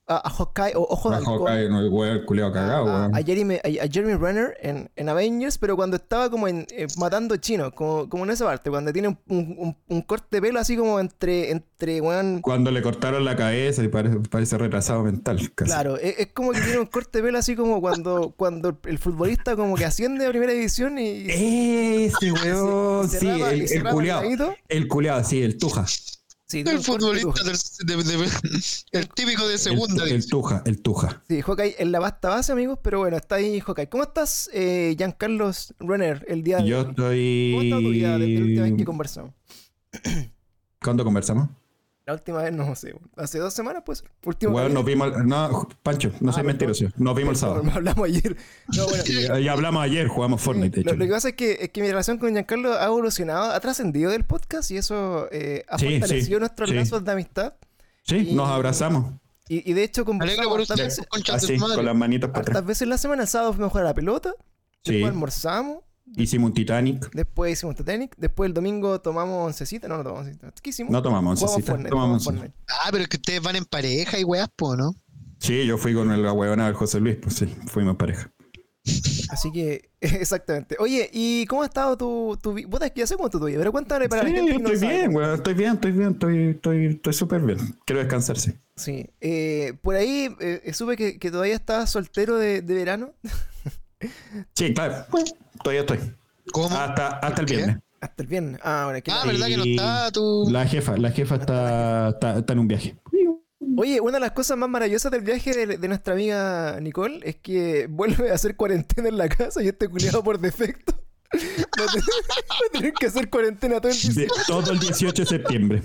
a, a Hawkeye o Ojo de Bajo Halcón. acá, no, el weón, el culiao cagado, a, weón. a Jeremy, a, a Jeremy Renner en, en Avengers, pero cuando estaba como en, eh, matando chinos, como, como en esa parte, cuando tiene un, un, un- un corte de pelo así como entre, entre weón. Cuando le cortaron la cabeza y parece, parece retrasado mental. Casi. Claro, es, es como que tiene un corte de pelo así como cuando, cuando el futbolista como que asciende a primera división y, Ese weón, y se sí, rapa- y el, se el rapa culiao. al ladito. El culiao, sí, el tuja. Sí, tiene El un corte de futbolista tuja. del- de- de- el típico de El, segunda el división. tuja, el tuja. Sí, Hawkeye en la pasta base, amigos, pero bueno, está ahí Hawkeye. ¿Cómo estás, eh, Giancarlos Renner, el día de Yo hoy? ¿Cómo está tu vida desde la última vez que estoy... conversamos? ¿Cuándo conversamos? La última vez, no sé, hace dos semanas, pues. Último Weón, nos capítulo. vimos... No, Pancho, no Ah, soy perdón. mentiroso. Nos vimos el sábado. No, hablamos ayer. No, bueno, Ya, ya hablamos ayer, jugamos Fortnite, de lo, hecho. lo que pasa es que, es que mi relación con Giancarlo ha evolucionado, ha trascendido del podcast y eso eh, ha Sí, fortalecido sí, nuestros sí. lazos de amistad. Sí, y- nos abrazamos. Y, y de hecho, Me alegro conversamos por hartas usted, veces, concha de Así, su madre. con las manitos para hartas atrás. veces la semana. El sábado fuimos a jugar a la pelota, Sí. después almorzamos, Hicimos un Titanic. después hicimos Titanic, después el domingo tomamos oncecita, no, no tomamos oncecita. ¿Qué hicimos? No tomamos Jugamos oncecita, Fortnite, tomamos jugamos once. Fortnite. Ah, pero es que ustedes van en pareja y weas, po, ¿no? Sí, yo fui con el huevona del José Luis, pues sí, fuimos en pareja. Así que, exactamente. Oye, ¿y cómo ha estado tu, tu vida? Vos te ya sé cómo tu vida, pero cuéntale para Sí, la gente que no estoy sabe. bien, weón, estoy bien, estoy bien, estoy estoy estoy súper bien. Quiero descansar, sí. Sí. Eh, por ahí eh, supe que, que todavía estabas soltero de, de verano. Sí, claro. Todavía estoy. ¿Cómo? Hasta, hasta el ¿Qué? viernes. Hasta el viernes. Ah, bueno, que Ah, la- ¿verdad que no Y está tu...? La jefa, la jefa está, está, está en un viaje. Oye, una de las cosas más maravillosas del viaje de, de nuestra amiga Nicole es que vuelve a hacer cuarentena en la casa y este culiado por defecto va a tener, va a tener que hacer cuarentena todo el De, día. todo el dieciocho de septiembre.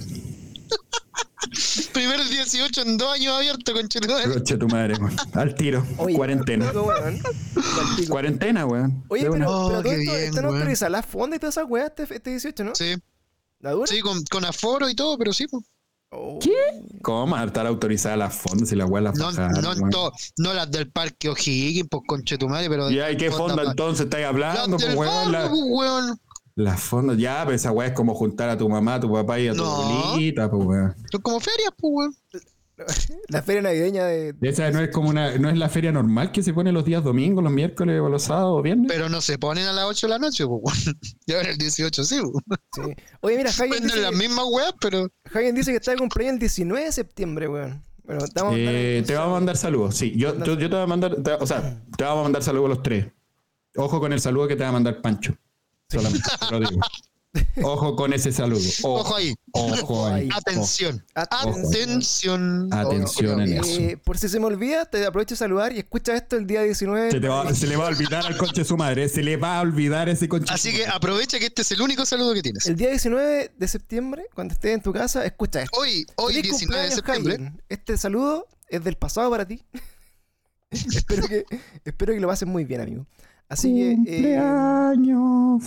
Primer dieciocho en dos años abierto, conchetumare. Roche tu madre, weón. Al tiro. Oye, Cuarentena. pico, weón. Al pico. Cuarentena, weón. Oye, De pero, una. Oh, pero todo qué esto bien, están weón. autorizadas las fondas y todas esas weas este, este dieciocho, ¿no? Sí, ¿La dura? sí, con, con aforo y todo, pero sí, po. Oh. ¿Cómo van a estar autorizadas las fondas y las weas las No, bajaron, no, en weón? todo, no las del parque O'Higgins, pues conchetumare, pero... ¿Y hay qué fonda entonces estáis hablando, Las pues, del weón? barrio, La- pues, weón. Las fondas, ya, pero esa weá es como juntar a tu mamá, a tu papá y a tu No. abuelita, pues weón. Son como ferias, pues, weón. La feria navideña de... Esa no es como una, no es la feria normal que se pone los días domingos, los miércoles o los sábados o viernes. Pero no se ponen a las ocho de la noche, pues, weón. Y ahora el dieciocho sí, weón. Sí. Oye, mira, Javier Venden dice, las mismas weas, pero... Javier dice que está de cumpleaños el diecinueve de septiembre, weón. Bueno, te vamos a mandar Eh, un te vamos a mandar saludos, sí. Yo, yo, yo te voy a mandar, te- o sea, te vamos a mandar saludos a los tres. Ojo con el saludo que te va a mandar Pancho. Solamente, te lo digo. Ojo con ese saludo. Ojo, Ojo ahí. Ojo ahí. Atención. Atención. Atención. Atención en eso. Eh, por si se me olvida, te aprovecho de saludar y escucha esto el día diecinueve. Se, te va- se le va a olvidar al conche de su madre. Se le va a olvidar ese conche. Así que aprovecha que este es el único saludo que tienes. El día diecinueve de septiembre, cuando estés en tu casa, escucha esto. Hoy, hoy Feliz diecinueve de cumpleaños, septiembre. Javier. Este saludo es del pasado para ti. espero, que, espero que lo pases muy bien, amigo. Así que, eh, Cumpleaños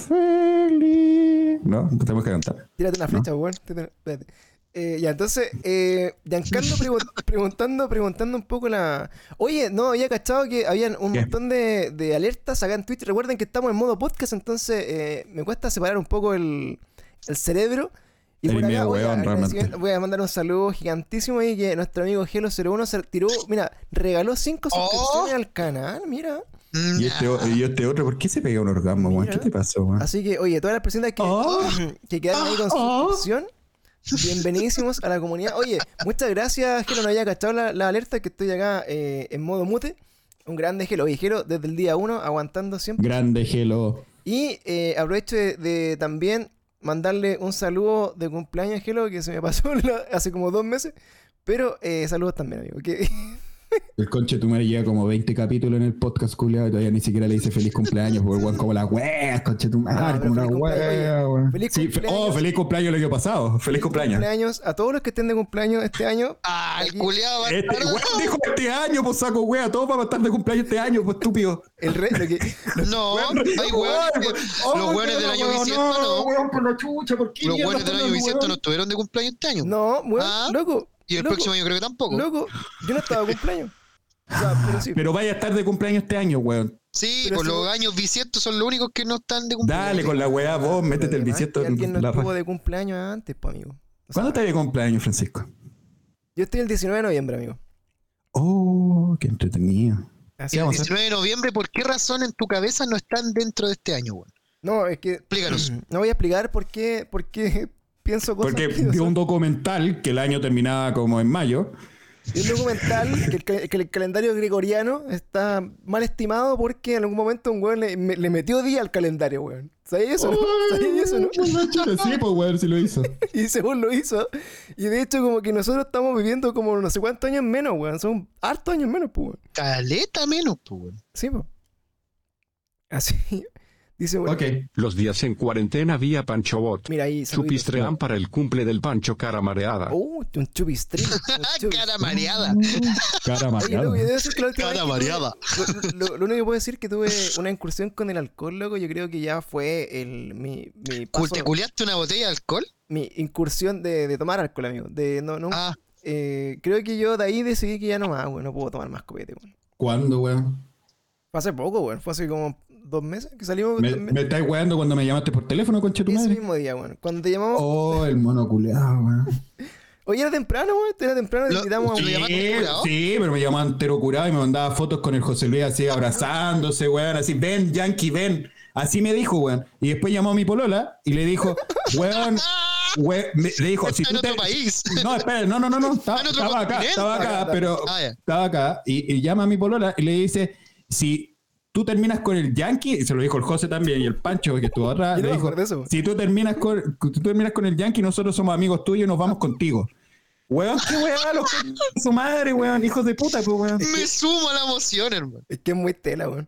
feliz. No, tenemos que cantar. tírate una flecha, weón. Tírate- espérate. Eh, ya, entonces, eh, Giancarlo pregun- preguntando, preguntando un poco la... Oye, no, había cachado que habían un ¿Qué? montón de, de alertas acá en Twitch. Recuerden que estamos en modo podcast, entonces eh, me cuesta separar un poco el, el cerebro. Y Eres por medio acá, oye, weón, agradecimiento- realmente. voy a mandar un saludo gigantísimo ahí que nuestro amigo Gelo cero uno se tiró, mira, regaló cinco Oh. suscripciones al canal, mira. Mm, Y este, o- y este otro, ¿por qué se pega un orgasmo, weón? Mira. ¿Qué te pasó, weón? Así que, oye, todas las personas que, Oh. que quedaron ahí con su Oh. suscripción, bienvenidísimos a la comunidad. Oye, muchas gracias, Gelo, no había cachado la, la alerta que estoy acá eh, en modo mute. Un grande Gelo. Oye, Gelo, desde el día uno, aguantando siempre. Grande Gelo. Y eh, aprovecho de, de también mandarle un saludo de cumpleaños, Gelo, que se me pasó la- hace como dos meses. Pero eh, saludos también, amigo. Que, El conche de tu madre lleva como veinte capítulos en el podcast, culiado, y todavía ni siquiera le dice feliz cumpleaños, porque weón, como la wea, conche de tu madre, Ah, pero como la feliz cumpleaños, wea, oye, weón. feliz Sí, fe- cumpleaños. oh, feliz cumpleaños el año pasado. Feliz cumpleaños. cumpleaños a todos los que estén de cumpleaños este año. Ah, el Aquí- culiado va a Este, estar- weón dijo este año, pues saco wea, todos vamos a estar de cumpleaños este año, pues estúpido. El re, lo que, No, hay weones que- los weones del año bisiesto no. weón, por la chucha, ¿por qué Los mierda weones del están año los bisiesto no weones? estuvieron de cumpleaños este año. no, weón, Ah, loco. Y el loco, próximo año creo que tampoco. Loco, yo no estaba de cumpleaños. O sea, pero sí. Pero vaya a estar de cumpleaños este año, weón. Sí, Pero pues si- los años bisiestos son los únicos que no están de cumpleaños. Dale con la weá, vos, métete el Además, bisiesto que alguien no en la estuvo raja. de cumpleaños antes, pues, amigo. O sea, ¿Cuándo estás de cumpleaños, Francisco? Yo estoy el diecinueve de noviembre, amigo. Oh, qué entretenido. Así ¿Qué es. vamos a hacer? diecinueve de noviembre, ¿por qué razón en tu cabeza no están dentro de este año, weón? No, es que. Explícanos. No voy a explicar por qué, por qué pienso cosas. Porque que no vi son. un documental que el año terminaba como en mayo. Y un documental que el, ca- que el calendario gregoriano está mal estimado porque en algún momento un weón le, me- le metió día al calendario, weón. ¿Sabías eso, no? ¿Sabías eso, no? Sí, pues, weón, sí lo hizo. Y según lo hizo. Y de hecho, como que nosotros estamos viviendo como no sé cuántos años menos, weón. Son hartos años menos, pues, weón. Caleta menos, pues, weón. Sí, pues. Así. Dice, bueno. Ok. Los días en cuarentena vía Pancho Bot. Mira ahí, saluditos. Chupistrean para el cumple del Pancho cara mareada. Oh, un chupistrín. Cara mareada. Cara Oye, mareada. loco, yo debo decir que la última Cara vez que tuve- mareada. Lo, lo- lo único que puedo decir es que tuve una incursión con el alcohol, loco. Yo creo que ya fue el, mi, mi, Cul- paso- ¿Te culiaste una botella de alcohol? mi incursión de, de tomar alcohol, amigo. De, no, no, Ah, eh, creo que yo de ahí decidí que ya no más, weón. No puedo tomar más copete, weón. ¿Cuándo, weón? Fue hace poco, weón. Fue hace como dos meses que salimos. ¿Me, también. me estáis weando cuando me llamaste por teléfono, concha tu Ese madre? mismo día, weón. Cuando te llamamos. Oh, el mono culeado, weón. Oye, era temprano, weón. Era temprano. Te Lo- invitamos a ¿Me un. Sí, llamaste curado? sí, pero me llamaba entero curado y me mandaba fotos con el José Luis así abrazándose, weón, así, ven, Yankee, ven. Así me dijo, weón. Y después llamó a mi polola y le dijo, weón, weón, me- le dijo, si Está tú en te... otro país. No, espera, no, no, no, no, estaba, en otro estaba acá, continente. estaba acá, pero Ah, ya. estaba acá. Y, y llama a mi polola y le dice, si tú terminas con el Yankee, y se lo dijo el José también y el Pancho que estuvo atrás, Yo no le me dijo, acuerdo de eso. si tú terminas con, tú terminas con el Yankee, nosotros somos amigos tuyos y nos vamos contigo. Weón, qué weón, los c- su madre, weón, hijos de puta, pues, weón. Me sumo a la emoción, hermano. Es que es muy tela, weón.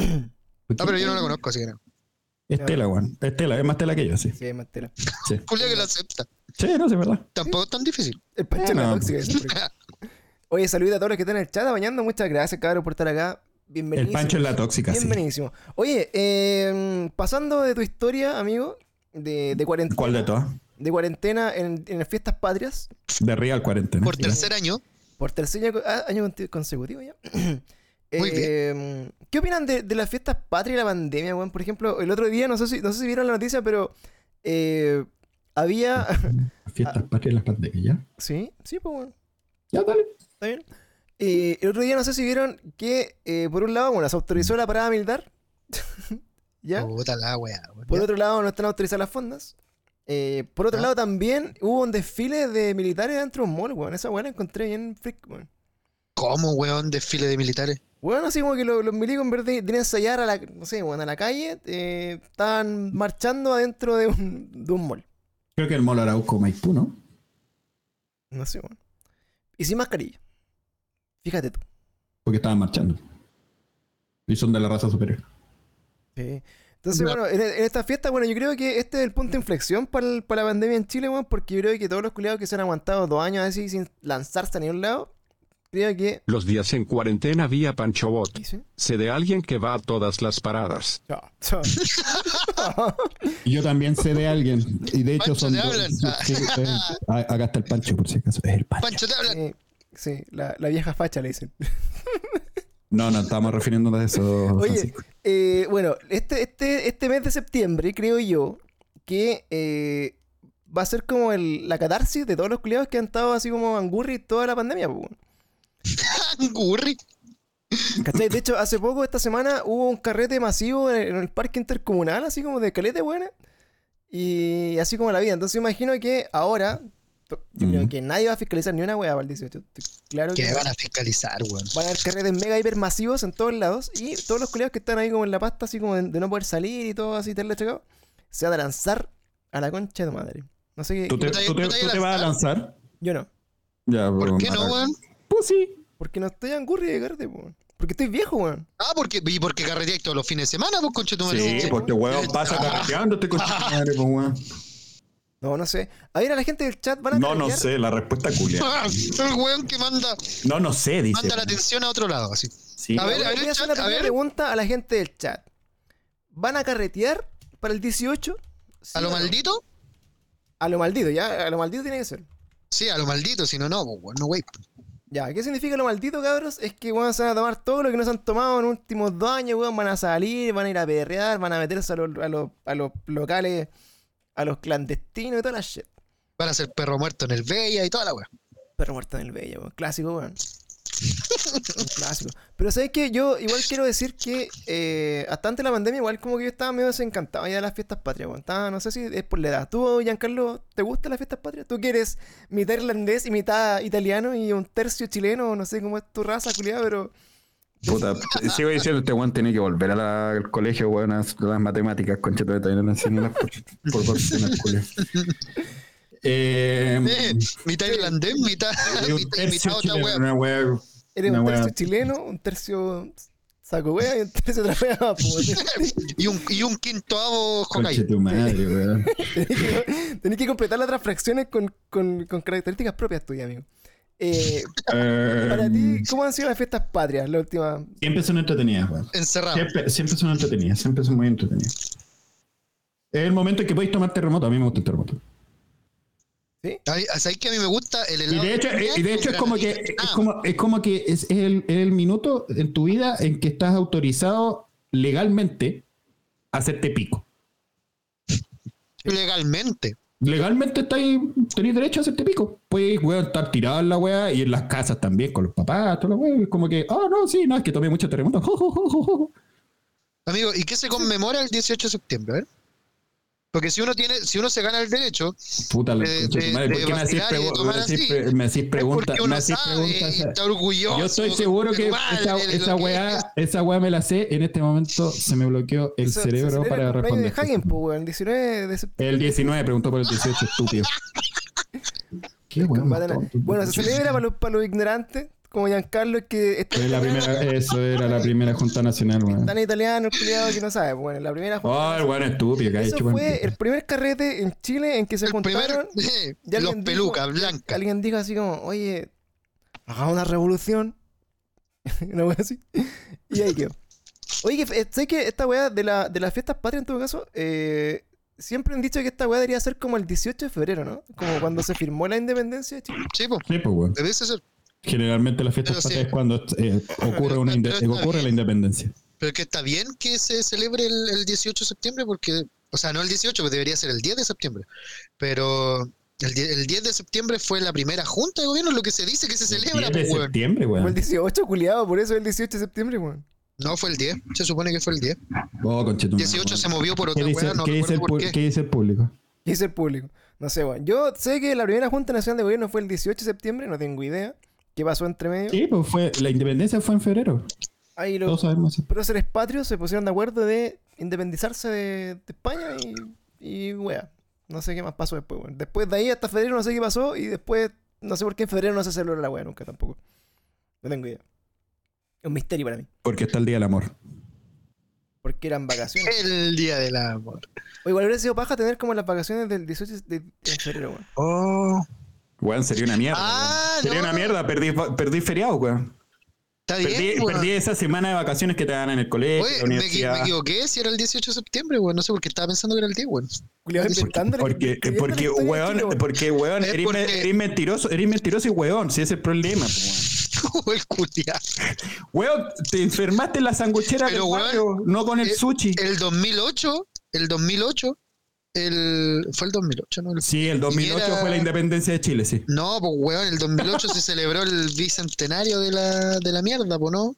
Ah, pero yo no la conozco, así que no. Es tela, weón. Es tela, es más tela que yo, sí. Sí, hay más tela. Sí, Julia que lo acepta. sí, no sé, ¿verdad? Tampoco es tan difícil. El Pancho es la No. tóxica. siempre. Oye, saludos a todos los que están en el chat bañando. Muchas gracias, cabrón, por estar acá. Bienvenido. El Pancho es la tóxica, sí. Bienvenidísimo. Oye, eh, pasando de tu historia, amigo, de, de cuarentena. ¿Cuál de todas? De cuarentena en, en las fiestas patrias. De Real cuarentena. Por tercer año, Por tercer año, ah, año conti- consecutivo ya. Muy Eh, ¿Qué opinan de, de las fiestas patrias y la pandemia, weón? Por ejemplo, el otro día, no sé si, no sé si vieron la noticia, pero eh, había. Fiestas patrias, las pandemias, ¿ya? Sí, sí, pues bueno. Ya, dale. Está bien. Eh, el otro día no sé si vieron que, eh, por un lado, bueno, se autorizó la parada militar. ¿Ya? puta la weá, weón. Por otro lado, no están autorizadas las fondas. Eh, por otro Ya. lado, también hubo un desfile de militares dentro de un mall, weón. Esa weá la encontré bien freak, weón. ¿Cómo, weón, desfile de militares? Bueno, así como que los, los milicos en vez de, de ensayar a la, no sé, bueno, a la calle, eh, estaban marchando adentro de un, de un mall. Creo que el Molo Arauco Maipú, ¿no? No sé, bueno. Y sin mascarilla. Fíjate tú. Porque estaban marchando. Y son de la raza superior. Sí. Entonces, Ya. bueno, en, en esta fiesta, bueno, yo creo que este es el punto de inflexión para, el- para la pandemia en Chile, weón, porque yo creo que todos los culiados que se han aguantado dos años así sin lanzarse a ningún lado, creo que... Los días en cuarentena vía Pancho Bot. ¿Sí? Sé de alguien que va a todas las paradas. Chao, chao. Y yo también sé de alguien. Y de hecho Pancho, son ¿te dos. hablan? Sí, sí, ah, acá está el Pancho, por si acaso. Es el Pancho. Pancho, te hablan. Sí, sí, la, la vieja facha le dicen. No, no, estamos refiriéndonos a eso. Oye, Francisco. eh, bueno, este, este, este mes de septiembre creo yo que eh, va a ser como el, la catarsis de todos los culiados que han estado así como angurri toda la pandemia, pues, weón. Angurri. ¿Cachai? De hecho, hace poco, esta semana, hubo un carrete masivo en el, en el parque intercomunal, así como de caleta buena. Y así como la vida. Entonces imagino que ahora, to- yo creo Ujú. que nadie va a fiscalizar ni una wea para el dieciocho. Estoy claro que Que van a fiscalizar, weón. van a haber carretes mega hiper masivos en todos lados. Y todos los culiados que están ahí como en la pasta, así como de, de no poder salir y todo así, tal checado, se van a lanzar a la concha de tu madre. No sé qué. ¿Tú te, ¿Tú te- tú te- tú te tú te vas a lanzar? Yo no. Ya, ¿Por pero qué no, mara- weón? Pues sí. Porque no estoy angurri de carrete, weón. Porque estoy viejo, weón. Ah, porque, y porque carreteáis todos los fines de semana, vos, concha tu madre. Sí, porque weón pasa carreteando este coche de madre, pues weón. No, no sé. A ver, a la gente del chat van a No, no carretear? sé, la respuesta culia. Ah, el weón que manda, No, no sé, dice. manda la atención a otro lado, así. Sí. A ver, Voy a ver, a hacer chat, una a primera ver. pregunta a la gente del chat. ¿Van a carretear para el dieciocho? ¿Sí ¿A lo o no? maldito? A lo maldito, ya. A lo maldito tiene que ser. Sí, a lo maldito, si no, no, pues, weón, no, wey. Ya, ¿qué significa lo maldito, cabros? Es que weón, se van a tomar todo lo que no se han tomado en los últimos dos años, weón. Van a salir, van a ir a perrear, van a meterse a los, a los, a los locales, a los clandestinos y toda la shit. Van a ser perro muerto en el Bella y toda la weá. Perro muerto en el bello, weón. Clásico, weón. Un clásico. Pero ¿sabes qué? Yo igual quiero decir que eh, hasta antes de la pandemia igual como que yo estaba medio desencantado ya de las fiestas patrias, weón. Estaba, no sé si es por la edad. ¿Tú, Giancarlo, te gustan las fiestas patrias? ¿Tú que eres mitad irlandés y mitad italiano y un tercio chileno? No sé cómo es tu raza, culiada, pero... Puta, sigo diciendo, este weón tiene que volver a la- al colegio, weón, a las matemáticas, concha, todavía no le enseñan las por, por por culo. Eh, Eh, mitad irlandés, mitad, y un mitad, tercio mitad otra chileno, wea. una wea- Eres una un wea- tercio chileno, un tercio saco wea y un tercio otra wea más, po, weón. Y un, y un quinto avo Concha Hokkaido. tu madre, weón. Tenés que, tenés que completar las otras fracciones con, con, con características propias tuyas, amigo. Eh, para ti, Eh, ¿cómo han sido las fiestas patrias la última? siempre son entretenidas, weón. Encerrado. Siempre, siempre son entretenidas, siempre son muy entretenidas. Es el momento en que podéis tomar terremoto. A mí me gusta el terremoto. ¿Sí? ¿Sabes que a mí me gusta el Y helado? de hecho, piña y de hecho con es como que granadina? es Ah, como, es como que es, es el, es el minuto en tu vida en que estás autorizado legalmente a hacerte pico. legalmente. Legalmente estáis, tenéis derecho a hacerte pico. Puedes, weón, estar tirado en la weá y en las casas también con los papás, toda la weá. Es como que, oh, no, sí, no, es que tomé mucho terremoto. Jo, jo, jo, jo, jo. Amigo, ¿y qué se conmemora el dieciocho de septiembre? A ver. Porque si uno tiene, si uno se gana el derecho, Puta, la De- concha de de- tu madre, ¿por de qué me hacís vacilar y de pregu- tomar me hacís así, pre- me hacís es preguntas? porque Me uno hacís sabe y preguntas. está orgulloso. Yo estoy seguro de que madre, esa, de esa lo que weá, es. esa weá me la sé. En este momento se me bloqueó el Eso- se cerebro celebra para el cumpleaños responder. de Hagen, po, weón, el diecinueve de septiembre. El diecinueve preguntó por el dieciocho, estúpido. Qué weón más tonto. Bueno, se celebra para los, para los ignorantes, como Giancarlo, que está Es la primera, eso era la primera Junta Nacional, weón. tan italiano, el culiado que no sabe. Bueno, la primera Oh, el weón estúpido que ha Eso hecho, fue weón. el primer carrete en Chile en que se El juntaron. primer, y los alguien dijo- pelucas blancas. Alguien dijo así como, oye, hagamos una revolución. Una wea así. Y ahí quedó. Oye, que- ¿sabes que esta wea de, la, de las fiestas patrias, en todo caso, eh, siempre han dicho que esta wea debería ser como el dieciocho de febrero, ¿no? Como cuando se firmó la independencia de Chile. Sí, pues, Sí, pues, weón. debe ser. Generalmente las fiestas Pero sí. patrias es cuando eh, ocurre, una inde- Pero está ocurre la bien. independencia. Pero que está bien que se celebre el, el dieciocho de septiembre porque, o sea, no el dieciocho, pues debería ser el diez de septiembre. Pero el, die- el diez de septiembre fue la primera junta de gobierno, lo que se dice que se celebra, diez de pues, weón. septiembre, Fue el weón. dieciocho, culiado, por eso es el dieciocho de septiembre, weón. No, fue el diez, se supone que fue el diez. Oh, conchetumare, dieciocho weón. se movió por ¿Qué otra dice, weá, no qué dice el, recuerdo por pu- qué. qué dice el público? ¿Qué dice el público? No sé, weón. Yo sé que la primera Junta Nacional de Gobierno fue el dieciocho de septiembre, no tengo idea. ¿Qué pasó entre medio? Sí, pues fue, la independencia fue en febrero. Ahí Todos los sabemos eso. próceres patrios se pusieron de acuerdo de independizarse de, de España y, y wea. No sé qué más pasó después, weón. Después de ahí hasta febrero no sé qué pasó y después no sé por qué en febrero no se celebró la wea nunca tampoco. No tengo idea. Es un misterio para mí. Porque está el Día del Amor. Porque eran vacaciones. El día del amor. O igual hubiera sido paja tener como las vacaciones del dieciocho de, de febrero, weón. Oh, Weón, sería una mierda. Ah, weón. Sería no. una mierda, perdí, perdí feriado, weón. está bien, Perdí, weón. perdí esa semana de vacaciones que te dan en el colegio, Oye, en la me, equi- universidad. me equivoqué si era el dieciocho de septiembre, weón. No sé por qué estaba pensando que era el diez, weón. Culiado inventándole. Porque, escribiendo porque, la historia de weón, Chile, weón. porque, weón, Es eres, porque- me- eres mentiroso, eres mentiroso y weón, si ese es el problema, po, el culiado. weón. Weón, te enfermaste en la sanguchera del Pero, weón, barrio, no con el eh, sushi. El dos mil ocho, el dos mil ocho, el, fue el dos mil ocho, ¿no? El- Sí, el dos mil ocho Piñera- fue la independencia de Chile, sí. No, pues weón, el dos mil ocho se celebró el bicentenario de la, de la mierda, pues, ¿no?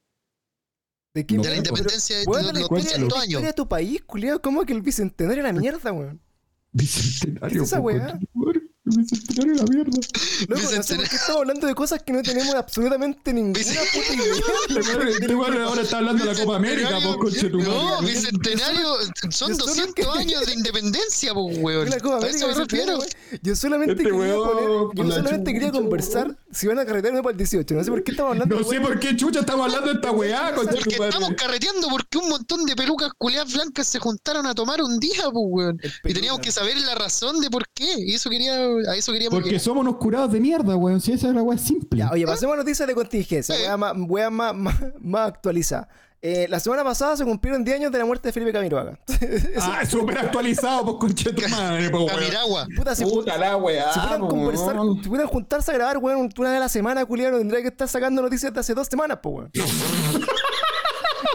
¿De qué No, De la weón? independencia de Weón, los de la los historia, doscientos la años. historia de tu país, culiado. ¿Cómo que el bicentenario era la mierda, weón? Bicentenario, ¿Qué es esa po, weá? concha tu madre. El bicentenario de la mierda. Loco, no sé por qué estamos hablando de cosas que no tenemos absolutamente ninguna puta idea. Este weón ahora está hablando de la Copa América, po, concha tu No, madre. bicentenario, son yo solo doscientos que- años de independencia, pues, weón. La Copa A América eso me bicentenario, refiero. weón. Yo solamente Este quería weón, poner, por yo la solamente quería chucha, conversar si van a carretear o no para el dieciocho. No sé por qué estamos hablando No de sé weón. por qué chucha estamos hablando de esta weá, concha Porque tu madre. estamos carreteando porque un montón de pelucas culiadas blancas se juntaron a tomar un día, pues, weón. El Y peluca. teníamos que saber la razón de por qué. Y eso quería, a eso queríamos Porque llegar. somos unos curados de mierda, weón. Si esa es la weá simple. Ya, oye, pasemos a noticias de contingencia. Sí. Weá más, weá más, más, más actualizada. Eh, la semana pasada se cumplieron diez años de la muerte de Felipe Camiroaga. Ah, súper actualizado, pues concha tu madre, po, weón. Camiragua. Puta, si, Puta la weá. si pudieran po, conversar, weón. si pudieran juntarse a grabar, weón, una vez a la semana, culiano, tendría que estar sacando noticias de hace dos semanas, pues, weón.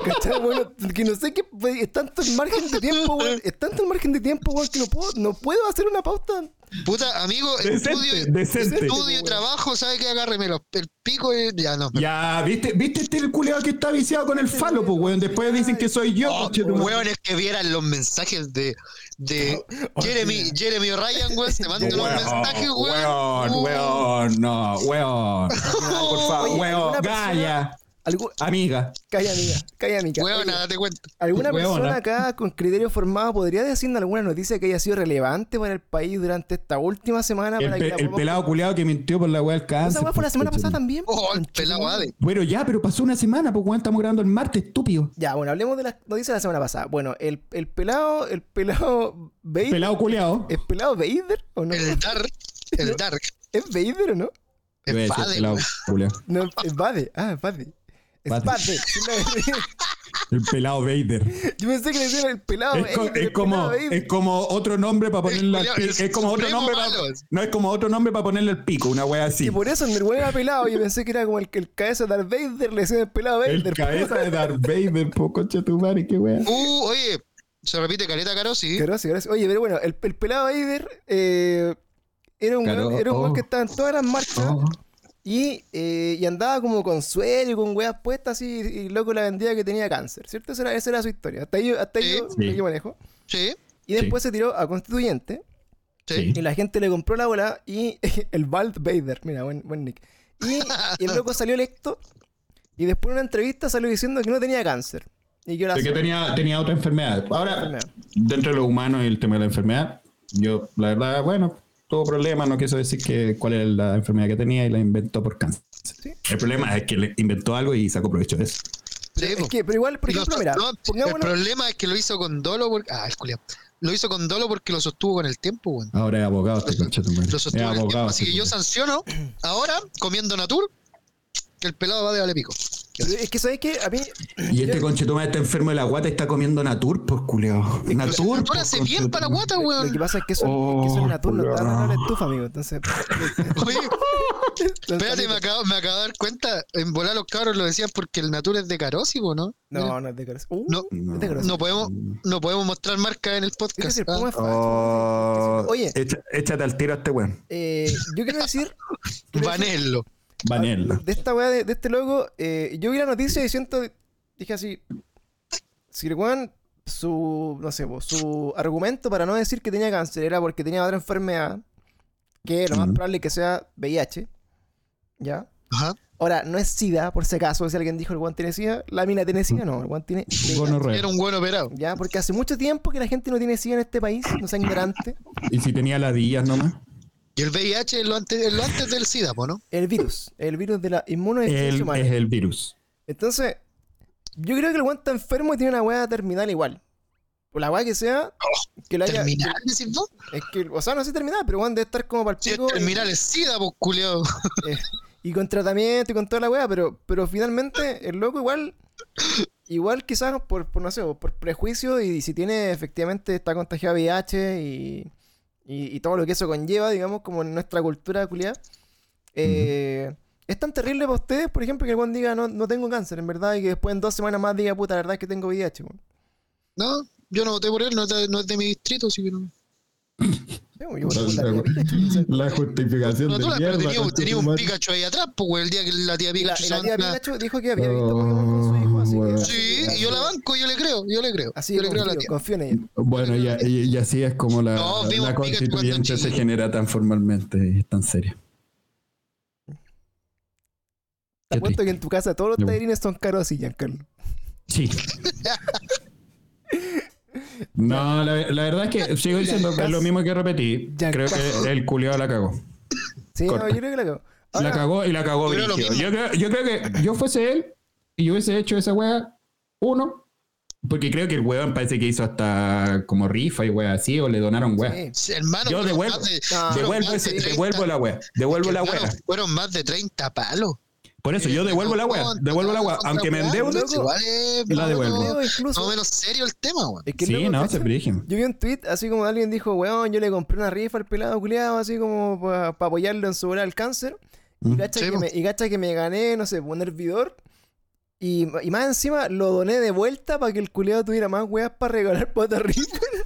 ¿Cachai? Bueno, que no sé qué. Es tanto el margen de tiempo, weón. Es tanto el margen de tiempo, weón, que no puedo, no puedo hacer una pauta. Puta, amigo, Decente, estudio, decente. estudio y trabajo, ¿sabe qué? Agárreme los- el pico y ya no. Ya, ¿viste, ¿viste este el culiado que está viciado con el falo, pues, weón? Después dicen que soy yo, Oh, conchetumare. weón, es que vieran los mensajes de, de Oh, Jeremy, sí. Jeremy O'Ryan, weón, te mando los mensajes, weón. weón, Uh, weón, no, weón. Por favor, Oye, weón, ¿alguna persona- Gaya, Algu- amiga. Calla, amiga. Calla, amiga. Weón, Oye, date cuenta. ¿alguna Weona. persona acá con criterio formado podría decirnos alguna noticia que haya sido relevante para el país durante esta última semana? El, para que pe- la el podamos- pelado culiado que mintió por la weá del cáncer. Esa weá fue la pues, semana pasada conchetumare. también. Oh, el conchetumare. pelado Ade. Bueno, ya, pero pasó una semana, pues, weón, estamos grabando el martes, estúpido. Ya, bueno, hablemos de las noticias de la semana pasada. Bueno, el, el pelado, el pelado Vader. Pelado culiado. ¿Es pelado Vader o no? El Dark, el Dark. ¿Es Vader o no? Es Iba a decir padre, pelado weón. culiao. No, es Bade. Ah, es Bade. Es Bade. Bade. Sí, no, El pelado Vader. Yo pensé que le decían el pelado Es, co- Vader. es el como, pelado Vader. es como otro nombre para ponerle al culiao, pico. el Es como otro supremo nombre para, malo. no, es como otro nombre para ponerle el pico, una wea así. Y por eso el güey era pelado. Yo pensé que era como el, el cabeza de Darth Vader. Le decían el pelado Vader. El cabeza de Darth Vader, po, concha tu madre, qué wea. Uh, oye, se repite Caleta Caro, sí. Gracias, gracias. Oye, pero bueno, el, el pelado Vader eh, era un Caro, weón- era un weón oh. que estaba en todas las marchas. Oh. Y, eh, y andaba como con sueño, con weas puestas así, y loco la vendía que tenía cáncer, ¿cierto? Esa era, esa era su historia. Hasta ahí, yo- hasta ahí Sí. yo, Sí. lo que manejo. Sí, Y después se tiró a Constituyente, sí. Sí. y la gente le compró la bola, y el Bald Vader, mira, buen, buen nick. Y, y el loco salió electo, y después en una entrevista salió diciendo que no tenía cáncer. Y que era De que tenía, tenía otra enfermedad. Ahora, enfermedad. dentro de lo humano y el tema de la enfermedad, yo, la verdad, bueno, tuvo problemas, no quiso decir que, cuál era la enfermedad que tenía y la inventó por cáncer. Sí. El problema es que le inventó algo y sacó provecho de eso. Sí, Es po. que, pero igual, por Y lo- ejemplo, mira, no, el pongámonos- problema es que lo hizo con dolo porque. Ah, el culiao. Lo hizo con dolo porque lo sostuvo con el tiempo, weón. Ahora es abogado, este concha tu madre. Lo Es sostuvo con el tiempo. abogado. Así que este yo culiao. sanciono ahora, comiendo Natur, que el pelado va de vale pico. pero es que, ¿sabes qué? A mí... Y este conchetumare está enfermo de la guata y está comiendo Natur, pues, culeado. Natur, Natur pues, hace bien para la guata, Lo que weón. pasa es que eso, Oh, que eso es naturno, culiao. está arreglado la estufa, amigo. Entonces... Oye, espérate, me acabo, me acabo de dar cuenta. En volar los cabros lo decían porque el Natur es de Carósico, ¿no? No, no es de corazón. Uh, No, es de corazón. No podemos, no podemos mostrar marca en el Es podcast. que el ah. Puma es facho. Oh, Oye. echa- échate al tiro a este weón. Eh, yo quiero decir... quiero decir- Vanello. Vanilla. De esta weá, de, de este logo, eh, yo vi la noticia y siento, dije así, si el weón, su, no sé, po, su argumento para no decir que tenía cáncer era porque tenía otra enfermedad, que lo más Ujú. probable es que sea V I H, ¿ya? Ajá. Ahora, no es SIDA, por si acaso, si alguien dijo el weón tiene SIDA, la mina tiene SIDA, no, el weón tiene V I H, Gonorrea. Era un buen operado. ¿ya? Porque hace mucho tiempo que la gente no tiene SIDA en este país, no sea ignorante, Y si tenía ladillas nomás. Y el V I H es lo antes, es lo antes del SIDA, po, ¿no? el virus, el virus de la inmunodeficiencia Él humana. es el virus. Entonces, yo creo que el weón está enfermo y tiene una weá terminal igual. O la weá que sea, que la haya. Terminal, decís vos. Es que, o sea, no sé terminal, pero weón debe estar como para el Si es pico. terminal es SIDA, pues, culiao. eh, y con tratamiento y con toda la weá, pero, pero finalmente el loco igual. Igual quizás por, por no sé, por prejuicio y si tiene efectivamente está contagiado V I H y, y, y todo lo que eso conlleva, digamos, como en nuestra cultura culiada. Eh, ¿Es tan terrible para ustedes, por ejemplo, que el weón diga no, no tengo cáncer, en verdad, y que después en dos semanas más diga, puta, la verdad es que tengo V I H, weón? No, yo no voté por él, no es de, no es de mi distrito, así que no. Sí, weón, yo voté por la tía Pikachu, o sea, La justificación No, de tú la- pero mierda. tenía, un- concha tenía tu un madre. Pikachu ahí atrás, pues, güey, el día que la tía y la, Pikachu y se la tía manda- Pikachu dijo que había visto Pokémon con su hijo, así Oh, que... Sí, y yo la banco, yo le creo, yo le creo. Así yo que le creo a la confío, tía. confío en ella. Bueno, y, y- y así es como la, No, vimos la Pikachu cuando constituyente se chiquito. genera tan formalmente y tan seria. Te Qué apuesto triste. que en tu casa todos los Yo- tallarines son caros así, Giancarlo. Sí. No, la, la verdad es que sigo diciendo que es lo mismo que repetí. Ya Creo casi. que el culiado la cagó. Sí, no, Corta. yo creo que la cago. Ahora, La cagó y la cagó Pero lo brígido. mismo. Yo creo, yo creo que yo fuese él y yo hubiese hecho esa wea, uno, porque creo que el weón parece que hizo hasta como rifa y wea así, o le donaron wea. sí. Sí, hermano, Yo fueron devuelvo, más de- No. fueron devuelvo, más ese- de treinta devuelvo la wea, devuelvo la hermano, wea. Fueron más de treinta palos. Por eso yo devuelvo la wea, devuelvo la wea. Aunque me endeude, loco. Igual es La más o devuelvo. menos- Creo incluso- más o menos serio el tema, weón. es que sí, loco, no, ¿cachai? se brígido. Yo vi un tweet así como alguien dijo, weón, yo le compré una rifa al pelado culiado, así como para apoyarlo en su hora al cáncer. Y Mm. gacha, Sí, que po. me, y gacha que me gané, no sé, un hervidor. Y, y más encima lo doné de vuelta para que el culiado tuviera más weas para regalar para arriba.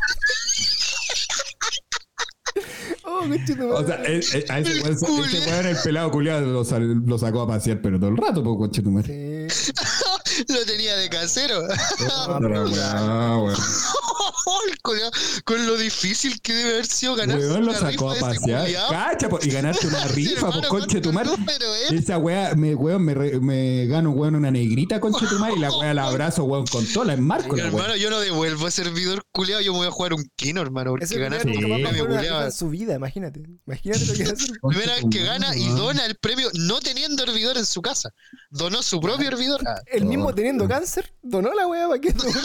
Oh, conchetumare. O sea, eh, eh, a ese weón, ese weón, el pelado culiado lo, sal- lo sacó a pasear, pero todo el rato, pues, conchetumare. Sí. Lo tenía de casero. Ah, No, pero weón, weón. El culiao, con lo difícil que debe haber sido ganar. Weón lo sacó a pasear. Cacha, po, y ganaste una rifa, pues, conche tu madre. Esa weá, me, weón, me, re- me gano, weón, una negrita, conche tu madre, y la weá la abrazo, weón, con todo, la enmarco, la Hermano, weá. yo no devuelvo a servidor culiao, yo me voy a jugar un kino, hermano, porque ese ganar culiao Sí. nunca más va a premio jugar una rifa culiao. en su vida, imagínate. Imagínate lo que va a hacer. Primera vez que gana y dona el premio no teniendo hervidor en su casa. Donó su propio hervidor. Ah, El mismo Oh, teniendo weón. cáncer, donó la weá para que no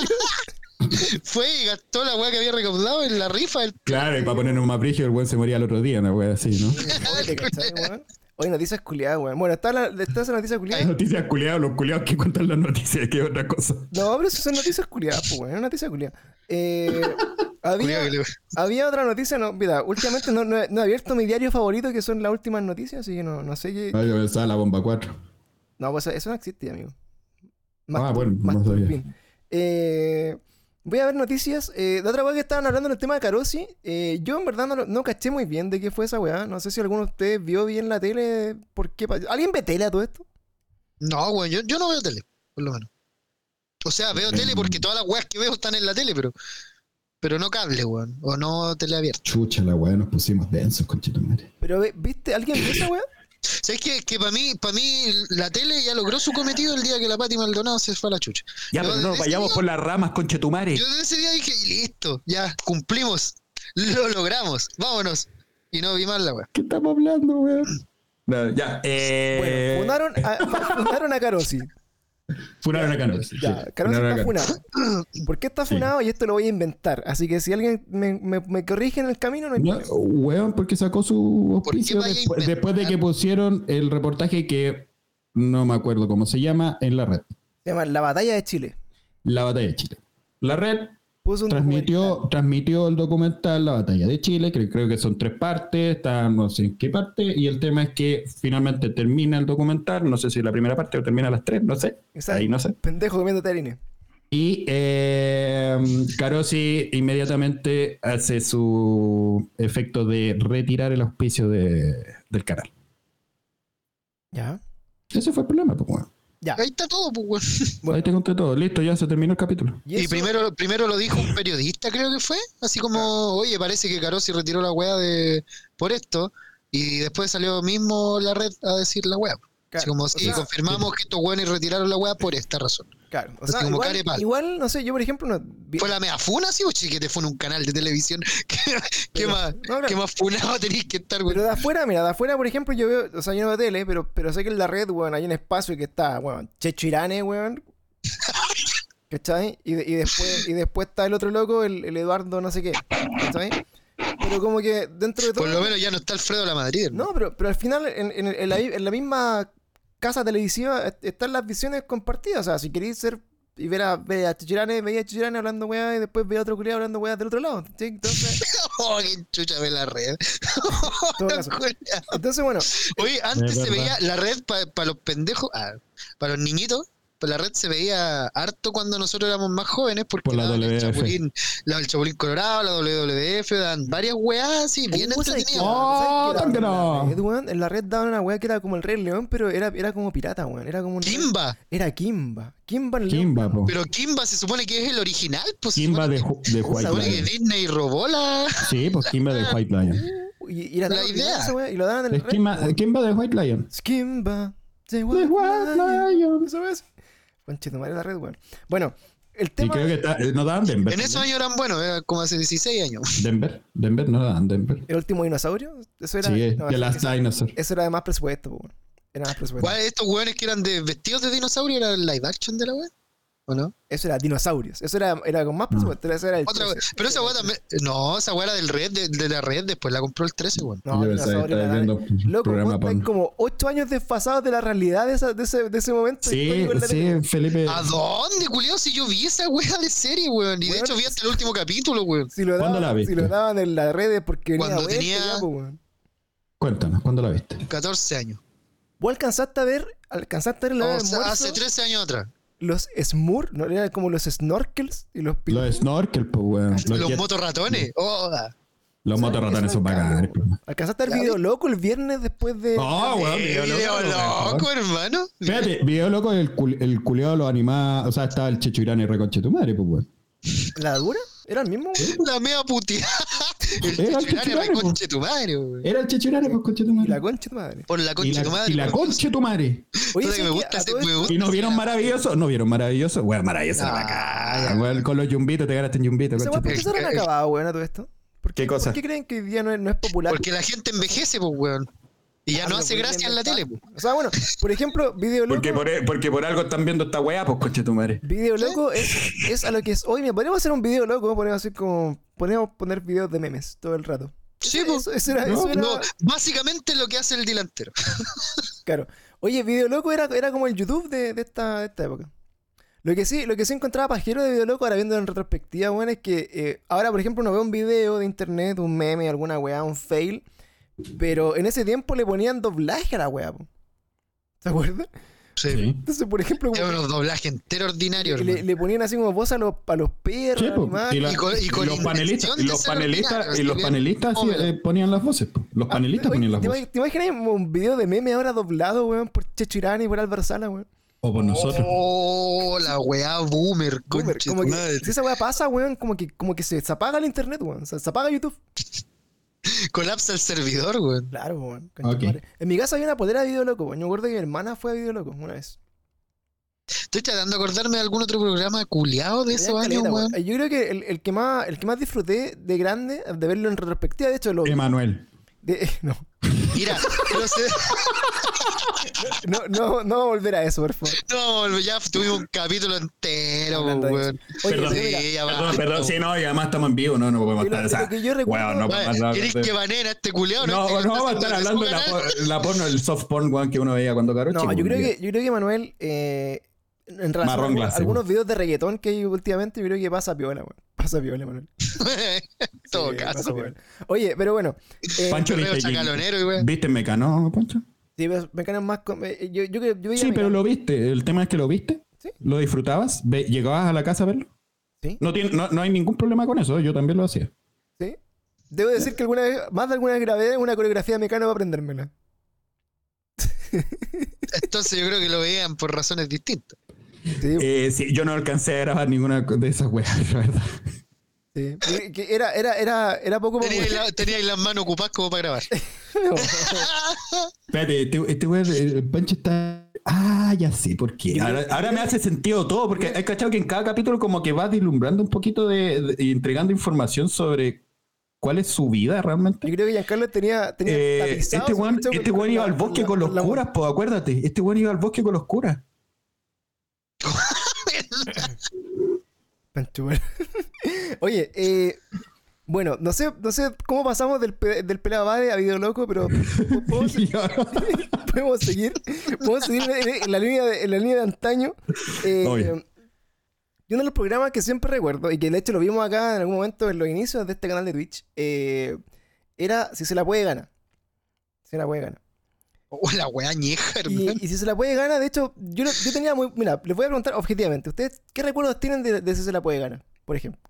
fue y gastó la weá que había recaudado en la rifa del. Claro, y para ponernos más brígido, el weón se moría el otro día, una weá así, ¿no? ¿te cachai, weón? Oye, noticias culiadas, weón. Bueno, está, la, está esa noticia culiada. Noticias culiadas, los culiados que cuentan las noticias, que es otra cosa. No, pero eso son noticias culiadas, pues, weón. Es noticia culiada. Eh, había, Culiao que le- había otra noticia, no, mira, últimamente no, no, he- no he abierto mi diario favorito, que son las últimas noticias, así que no, no sé qué. Ah, yo pensaba la bomba cuatro. No, pues eso no existe, amigo. Ah, tu- bueno, más no sabía. turpín. Eh, voy a ver noticias. Eh, de otra weá que estaban hablando del tema de Carosi. Eh, yo en verdad no, lo- no caché muy bien de qué fue esa weá. No sé si alguno de ustedes vio bien la tele. ¿Por qué? pa- ¿Alguien ve tele a todo esto? No, weón, yo, yo no veo tele, por lo menos. O sea, veo tele porque todas las weas que veo están en la tele, pero. Pero no cable, weón. O no tele abierta. Chucha, la weá, nos pusimos densos, conchito madre. Pero, ve- ¿viste? ¿Alguien vio esa weá? ¿Sabes qué? Que para mí, para mí, la tele ya logró su cometido el día que la Pati Maldonado se fue a la chucha. Ya, Yo pero no desde vayamos ese por las ramas, conchetumare. Yo desde ese día dije, listo, ya, cumplimos. Lo logramos, vámonos. Y no vi más la wea. ¿Qué estamos hablando, weón? No, ya, Bueno, eh. funaron a, funaron a Carosi. Funaron a Canos. Ya, Carosi está funado. ¿Por qué está Sí. funado? Y esto lo voy a inventar. Así que si alguien me, me, me corrige en el camino, no hay No, problema. weón, porque sacó su ¿Por qué auspicio vaya a después, inventar? después de que pusieron el reportaje que no me acuerdo cómo se llama en la red. Se llama La Batalla de Chile. La batalla de Chile. La red Puso un transmitió, documental. transmitió el documental La batalla de Chile, que creo que son tres partes, está no sé en qué parte, y el tema es que finalmente termina el documental, no sé si la primera parte o termina a las tres, no sé, Exacto. ahí no sé. Pendejo comiendo tarines. Y eh, Carosi inmediatamente hace su efecto de retirar el auspicio de, del canal. Ya. Ese fue el problema, pues, weón. Ya. Ahí está todo, pues, weón. Bueno. Ahí te conté todo. Listo, ya se terminó el capítulo. Y, eso- primero, primero lo dijo un periodista, creo que fue. Así como, oye, parece que Carosi retiró la wea de por esto. Y después salió mismo la red a decir la wea. Claro, Así como, o sí, sea, confirmamos que estos weones retiraron la wea por esta razón. Claro. O así sea, como igual, care pal. igual, no sé, yo por ejemplo no. vi- ¿Fue la mea funa, sí, o que te fue en un canal de televisión? ¿Qué, qué Pero- más, no, claro. ¿Qué más funado tenéis que estar, weón? Pero de afuera, mira, de afuera, por ejemplo, yo veo, o sea, yo no veo tele, pero, pero sé que en la red, weón, hay un espacio que está, weón, Checho Irane, weón. ¿Cachai? Y, de- y después, y después está el otro loco, el, el Eduardo no sé qué. ¿Cachai? Pero como que dentro de todo. Por lo menos ya no está Alfredo la Madrid, hermano. No, pero, pero al final, en, en- en la, en la misma casa televisiva est- están las visiones compartidas. O sea, si queréis ser y ver a, ver a Chichirane, veía a Chichirane hablando weá y después veía a otro culiado hablando weá del otro lado. ¿sí? Entonces, Oh, qué chucha ve la red. todo caso. entonces, bueno, Oye, antes Es se verdad. veía la red para los pendejos, ah, para los niñitos, pues la red se veía harto cuando nosotros éramos más jóvenes, porque Por la daban el W W F. Chapulín, la- el Chapulín Colorado, la doble u doble u F, dan varias weas así, bien Uh, ¿sabes qué? entretenidas. Oh, ¿sabes qué era? ¿tan que no? En la red, weón, en la red daban una weá que era como el Rey León, pero era, era como pirata, weón. Era como un. Kimba, Era Kimba. Kimba el Kimba, León. po. pero Kimba se supone que es el original, pues se Kimba supone de, que- Ju- de se White supone que Lion. Disney robó la... Sí, pues Kimba de White Lion. Uh, y, y era La tan idea. ordinaria esa weá, y lo daban en el Es Kimba, Kimba de White Lion. Kimba. The De White White Lion. Lion. ¿Eso ves? Conchito madre la red, weón. Bueno, el Y tema. creo que está, eh, no daban Denver. En esos años eran buenos, era como hace dieciséis años. Denver, Denver, no daban Denver. ¿El último dinosaurio? Eso era. Sí, no, The eso- Last eso- Dinosaur. Eso era de más presupuesto, po, weón. Era más presupuesto. ¿Cuál, estos weones que eran de vestidos de dinosaurio era el live action de la wea? ¿O no? Eso era dinosaurios. Eso era, era con más presupuesto. Eso era el Otra trece. wea. Pero esa wea también. No, esa wea era del red, de, de la red, después la compró el trece, weón. No, Yo pensaba que dinosaurio estaba era- viendo Loco, programa vos estáis pan. como ocho años desfasados de la realidad de, esa, de, ese, de ese momento. Sí, histórico en la tele. sí, Felipe. ¿A dónde, culiao? Si yo vi esa wea de serie, weón. Y de Weón, hecho vi hasta el último capítulo, weón. Si lo, ¿Cuándo daban, la si viste? lo daban en las redes porque venía Cuando vuelta tenía- ya, po, weón. Cuéntanos, ¿cuándo la viste? catorce años. ¿Vos alcanzaste a ver, alcanzaste a ver la O hora de sea, almuerzo? hace trece años atrás. los Smur, ¿no? Eran como los Snorkels y los Pil- Los snorkel, pues, weón. Los, Los jet- motorratones. Oh, da. los motorratones son bacanes, pues. ¿Alcanzaste a ver Video Loco el viernes después de...? Oh, weón, Eh, video video loco. loco, hermano. Espérate, video loco, el, cul el culiado lo animaba. O sea, estaba el Checho Irán y reconche tu madre, pues, weón. ¿La dura? ¿Era el mismo? güey? La mea puteada. El Era el Chechurane Chechurane, reconche tu madre, güey. Era el Checho Irán, pues, conche tu Y madre. la concha de tu madre. Por la Y concha de tu la, madre. y la por- concha tu madre. Oye, Puta que ¿sabes me qué? gusta A ese- todo me esto- gusta ¿Y no ese vieron era- maravilloso? No vieron maravilloso. Weón, maravilloso era Ah, bacán. ya. Weón, con los yumbitos te ganaste en yumbito, ¿Esa concha weá por tu qué se habrán Es que- acabado, weón, a todo esto? ¿Por ¿Qué cosa? ¿Por qué creen que hoy día no es, no es popular? Porque la gente envejece, pues, weón. Y ya Ah, no pero hace podrían gracia en la estar- tele, pues. O sea, bueno, por ejemplo, Video Loco... Porque por, porque por algo están viendo esta weá, pues, concha tu madre. Video Loco es, es a lo que es hoy. Mira, podríamos hacer un video loco, podríamos hacer como... Podríamos poner videos de memes todo el rato. Sí, Eso- pues. eso, eso era, No, eso era- No, básicamente lo que hace el delantero. Claro. Oye, Video Loco era, era como el YouTube de, de, esta, de esta época. Lo que sí, lo que sí encontraba pajero de Video Loco, ahora viendo en retrospectiva, bueno, es que eh, ahora, por ejemplo, uno ve un video de internet, un meme, alguna weá, un fail, pero en ese tiempo le ponían doblaje a la weá, po. ¿Se acuerdan? Sí. Sí. Entonces, por ejemplo, Es como unos doblajes enteros ordinarios, que le, hermano. le ponían así como voz a los, a los perros, Sí, a los po. animales. Y, la- Y con- y y con los panelistas, intención y de los ser panelistas, ordinarios, y los si bien panelistas sí, fome. eh, ponían las voces, po. Los panelistas Ah, Oye, ponían las ¿te, voces. ¿Te imaginas un video de meme ahora doblado, weón, por Checho Irán y por Álvaro Sala, weón? O por nosotros. Oh, la weá boomer, Boomer, conche como tu que, madre. si esa weá pasa, weón, como que, como que se, se apaga el internet, weón. Se, se apaga YouTube. Colapsa el servidor, weón. Claro, weón. concha Ok. tu madre. En mi casa había una polera de Video Loco, weón. Yo me acuerdo que mi hermana fue a Video Loco una vez. Estoy tratando de acordarme de algún otro programa culiado de esos Había años, caleta, weón. weón. Yo creo que el, el que más, el que más disfruté de grande, de verlo en retrospectiva, de hecho, lo. Emanuel. de- no, Mira, pero se... no, no, no volver a eso, por favor. no, ya tuvimos un capítulo entero, Hablando de weón. Oye, Perdón. pero mira, Sí, ya Perdón, basta, perdón, sí, weón. no, y además estamos en vivo, no, no podemos de lo, estar. de O sea, lo que yo recuerdo. weón, no Oye, podemos hablar ¿Querés de- que baneen a este culiado? No, Este que no, vamos a está estar haciendo hablando de su la, canal. por- la porno, el soft porn, weón, que uno veía cuando caro No, chico, yo creo weón. que, yo creo que Manuel, eh, en relación Marrón a glacé, algunos weón. videos de reggaetón que hay últimamente, yo creo que pasa piola, weón. Pasa piola, Manuel. En todo Sí, caso, pasa weón. piola. Oye, pero bueno. eh, Pancho, Correo ¿viste, chacalonero, y weón. ¿viste Mecano, Pancho? sí, pero Mecano es más. com- eh, Yo, yo, yo, yo veía Sí, pero Mecano. lo viste. El tema es que lo viste. Sí. ¿Lo disfrutabas? Ve- ¿Llegabas a la casa a verlo? Sí. No, tiene, no, no hay ningún problema con eso. Yo también lo hacía. Sí. Debo decir que alguna vez, más de alguna vez grabé una coreografía de Mecano para aprendérmela. Entonces yo creo que lo veían por razones distintas. Sí, Eh, sí, yo no alcancé a grabar ninguna de esas weas, la verdad. sí. Y que era, era, era, era poco Tenía popular. la- tenía las manos ocupadas como para grabar. Espérate, este, este weón, el Pancho está. Ah, ya sé por qué. Ahora, ahora me hace sentido todo, porque hay cachado que en cada capítulo como que va deslumbrando un poquito de, de- y entregando información sobre cuál es su vida realmente. Yo creo que Giancarlo tenía. tenía Eh, tapizado este su weón pecho este con- weón iba con al la- bosque la- con los la- curas, pues acuérdate. Este weón iba al bosque con los curas. Pancho, bueno. Oye, eh, bueno, no sé, no sé cómo pasamos del, pe- del pelado Bade a Video Loco, pero po- podemos, Y ahora- podemos seguir, podemos seguir en, en la línea de, en la línea de antaño. Eh, Obvio. y uno de los programas que siempre recuerdo, y que de hecho lo vimos acá en algún momento en los inicios de este canal de Twitch, eh, era Si se la puede ganar. Si se la puede ganar. Oh, la weá ñeja, hermano. Y, y si se la puede ganar, de hecho, yo, no- yo tenía muy. Mira, les voy a preguntar objetivamente. ¿Ustedes qué recuerdos tienen de, de si se la puede ganar? Por ejemplo.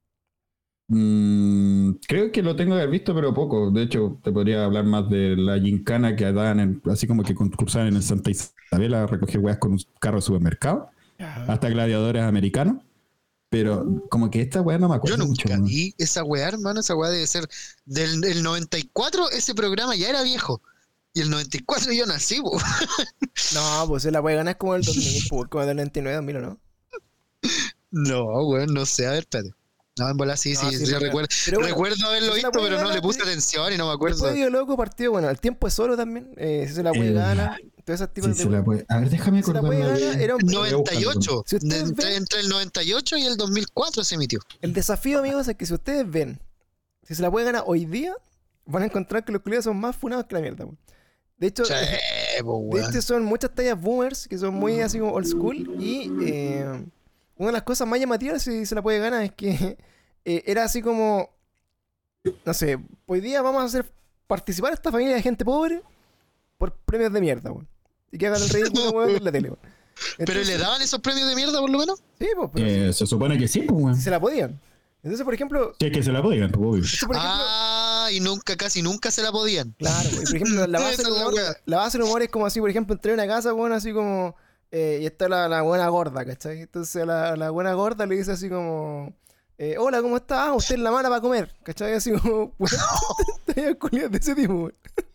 Mm, creo que lo tengo que haber visto, pero poco. De hecho, te podría hablar más de la gincana que daban, en- así como que concursaban en el Santa Isabel a recoger weas con un carro de supermercado, hasta gladiadores americanos. Pero como que esta wea no me acuerdo Yo mucho. nunca weón. vi esa weá, hermano. Esa weá debe ser del, del noventa y cuatro. Ese programa ya era viejo. Y el noventa y cuatro yo nací, po. No, pues se la puede ganar como el dos mil, pues, como el noventa y nueve, dos mil, ¿o no? No, weón, no sé. A ver, espérate. No, en bola sí, No, sí, sí, sí, pero- recuerdo. pero bueno, recuerdo haberlo ¿se la visto, puede pero no ganar? le puse atención y no me Después acuerdo. de Video Loco partido, bueno, el tiempo es solo también. Eh, si se la puede El- ganar. Todas esas Sí, tipos de. se la puede. A ver, déjame Se la puede acordarme. ganar, de- era un- noventa y ocho. Si ustedes De- entre, ven- entre el noventa y ocho y el dos mil cuatro se emitió. El desafío, amigos, es que si ustedes ven, si se la puede ganar hoy día, van a encontrar que los culiados son más funados que la mierda, weón. De hecho, Che, po, de weón. hecho son muchas tallas boomers que son muy así como old school. Y eh, una de las cosas más llamativas, si se la puede ganar, es que eh, era así como, no sé, hoy día vamos a hacer participar a esta familia de gente pobre por premios de mierda, weón. Y que hagan el ridículo, weón, en la tele, weón. ¿Pero Entonces- le daban esos premios de mierda por lo menos? Sí, pues, pero Eh, se supone que sí, pues, weón. si se la podían. Entonces, por ejemplo, Sí, es que se la podían, pues, obvio. esto, por ejemplo, Ah, y nunca, casi nunca se la podían. claro, pues, por ejemplo, la base, Esa del es la humor, wea. la base del humor es como así, por ejemplo, entré a una casa, bueno, así como, eh, y está la, la buena gorda, ¿cachai? Entonces a la, la buena gorda le dice así como, eh, hola, ¿cómo está? Ah, usted es la mala para comer, ¿cachai? Así como, bueno, te culias de ese tipo, güey.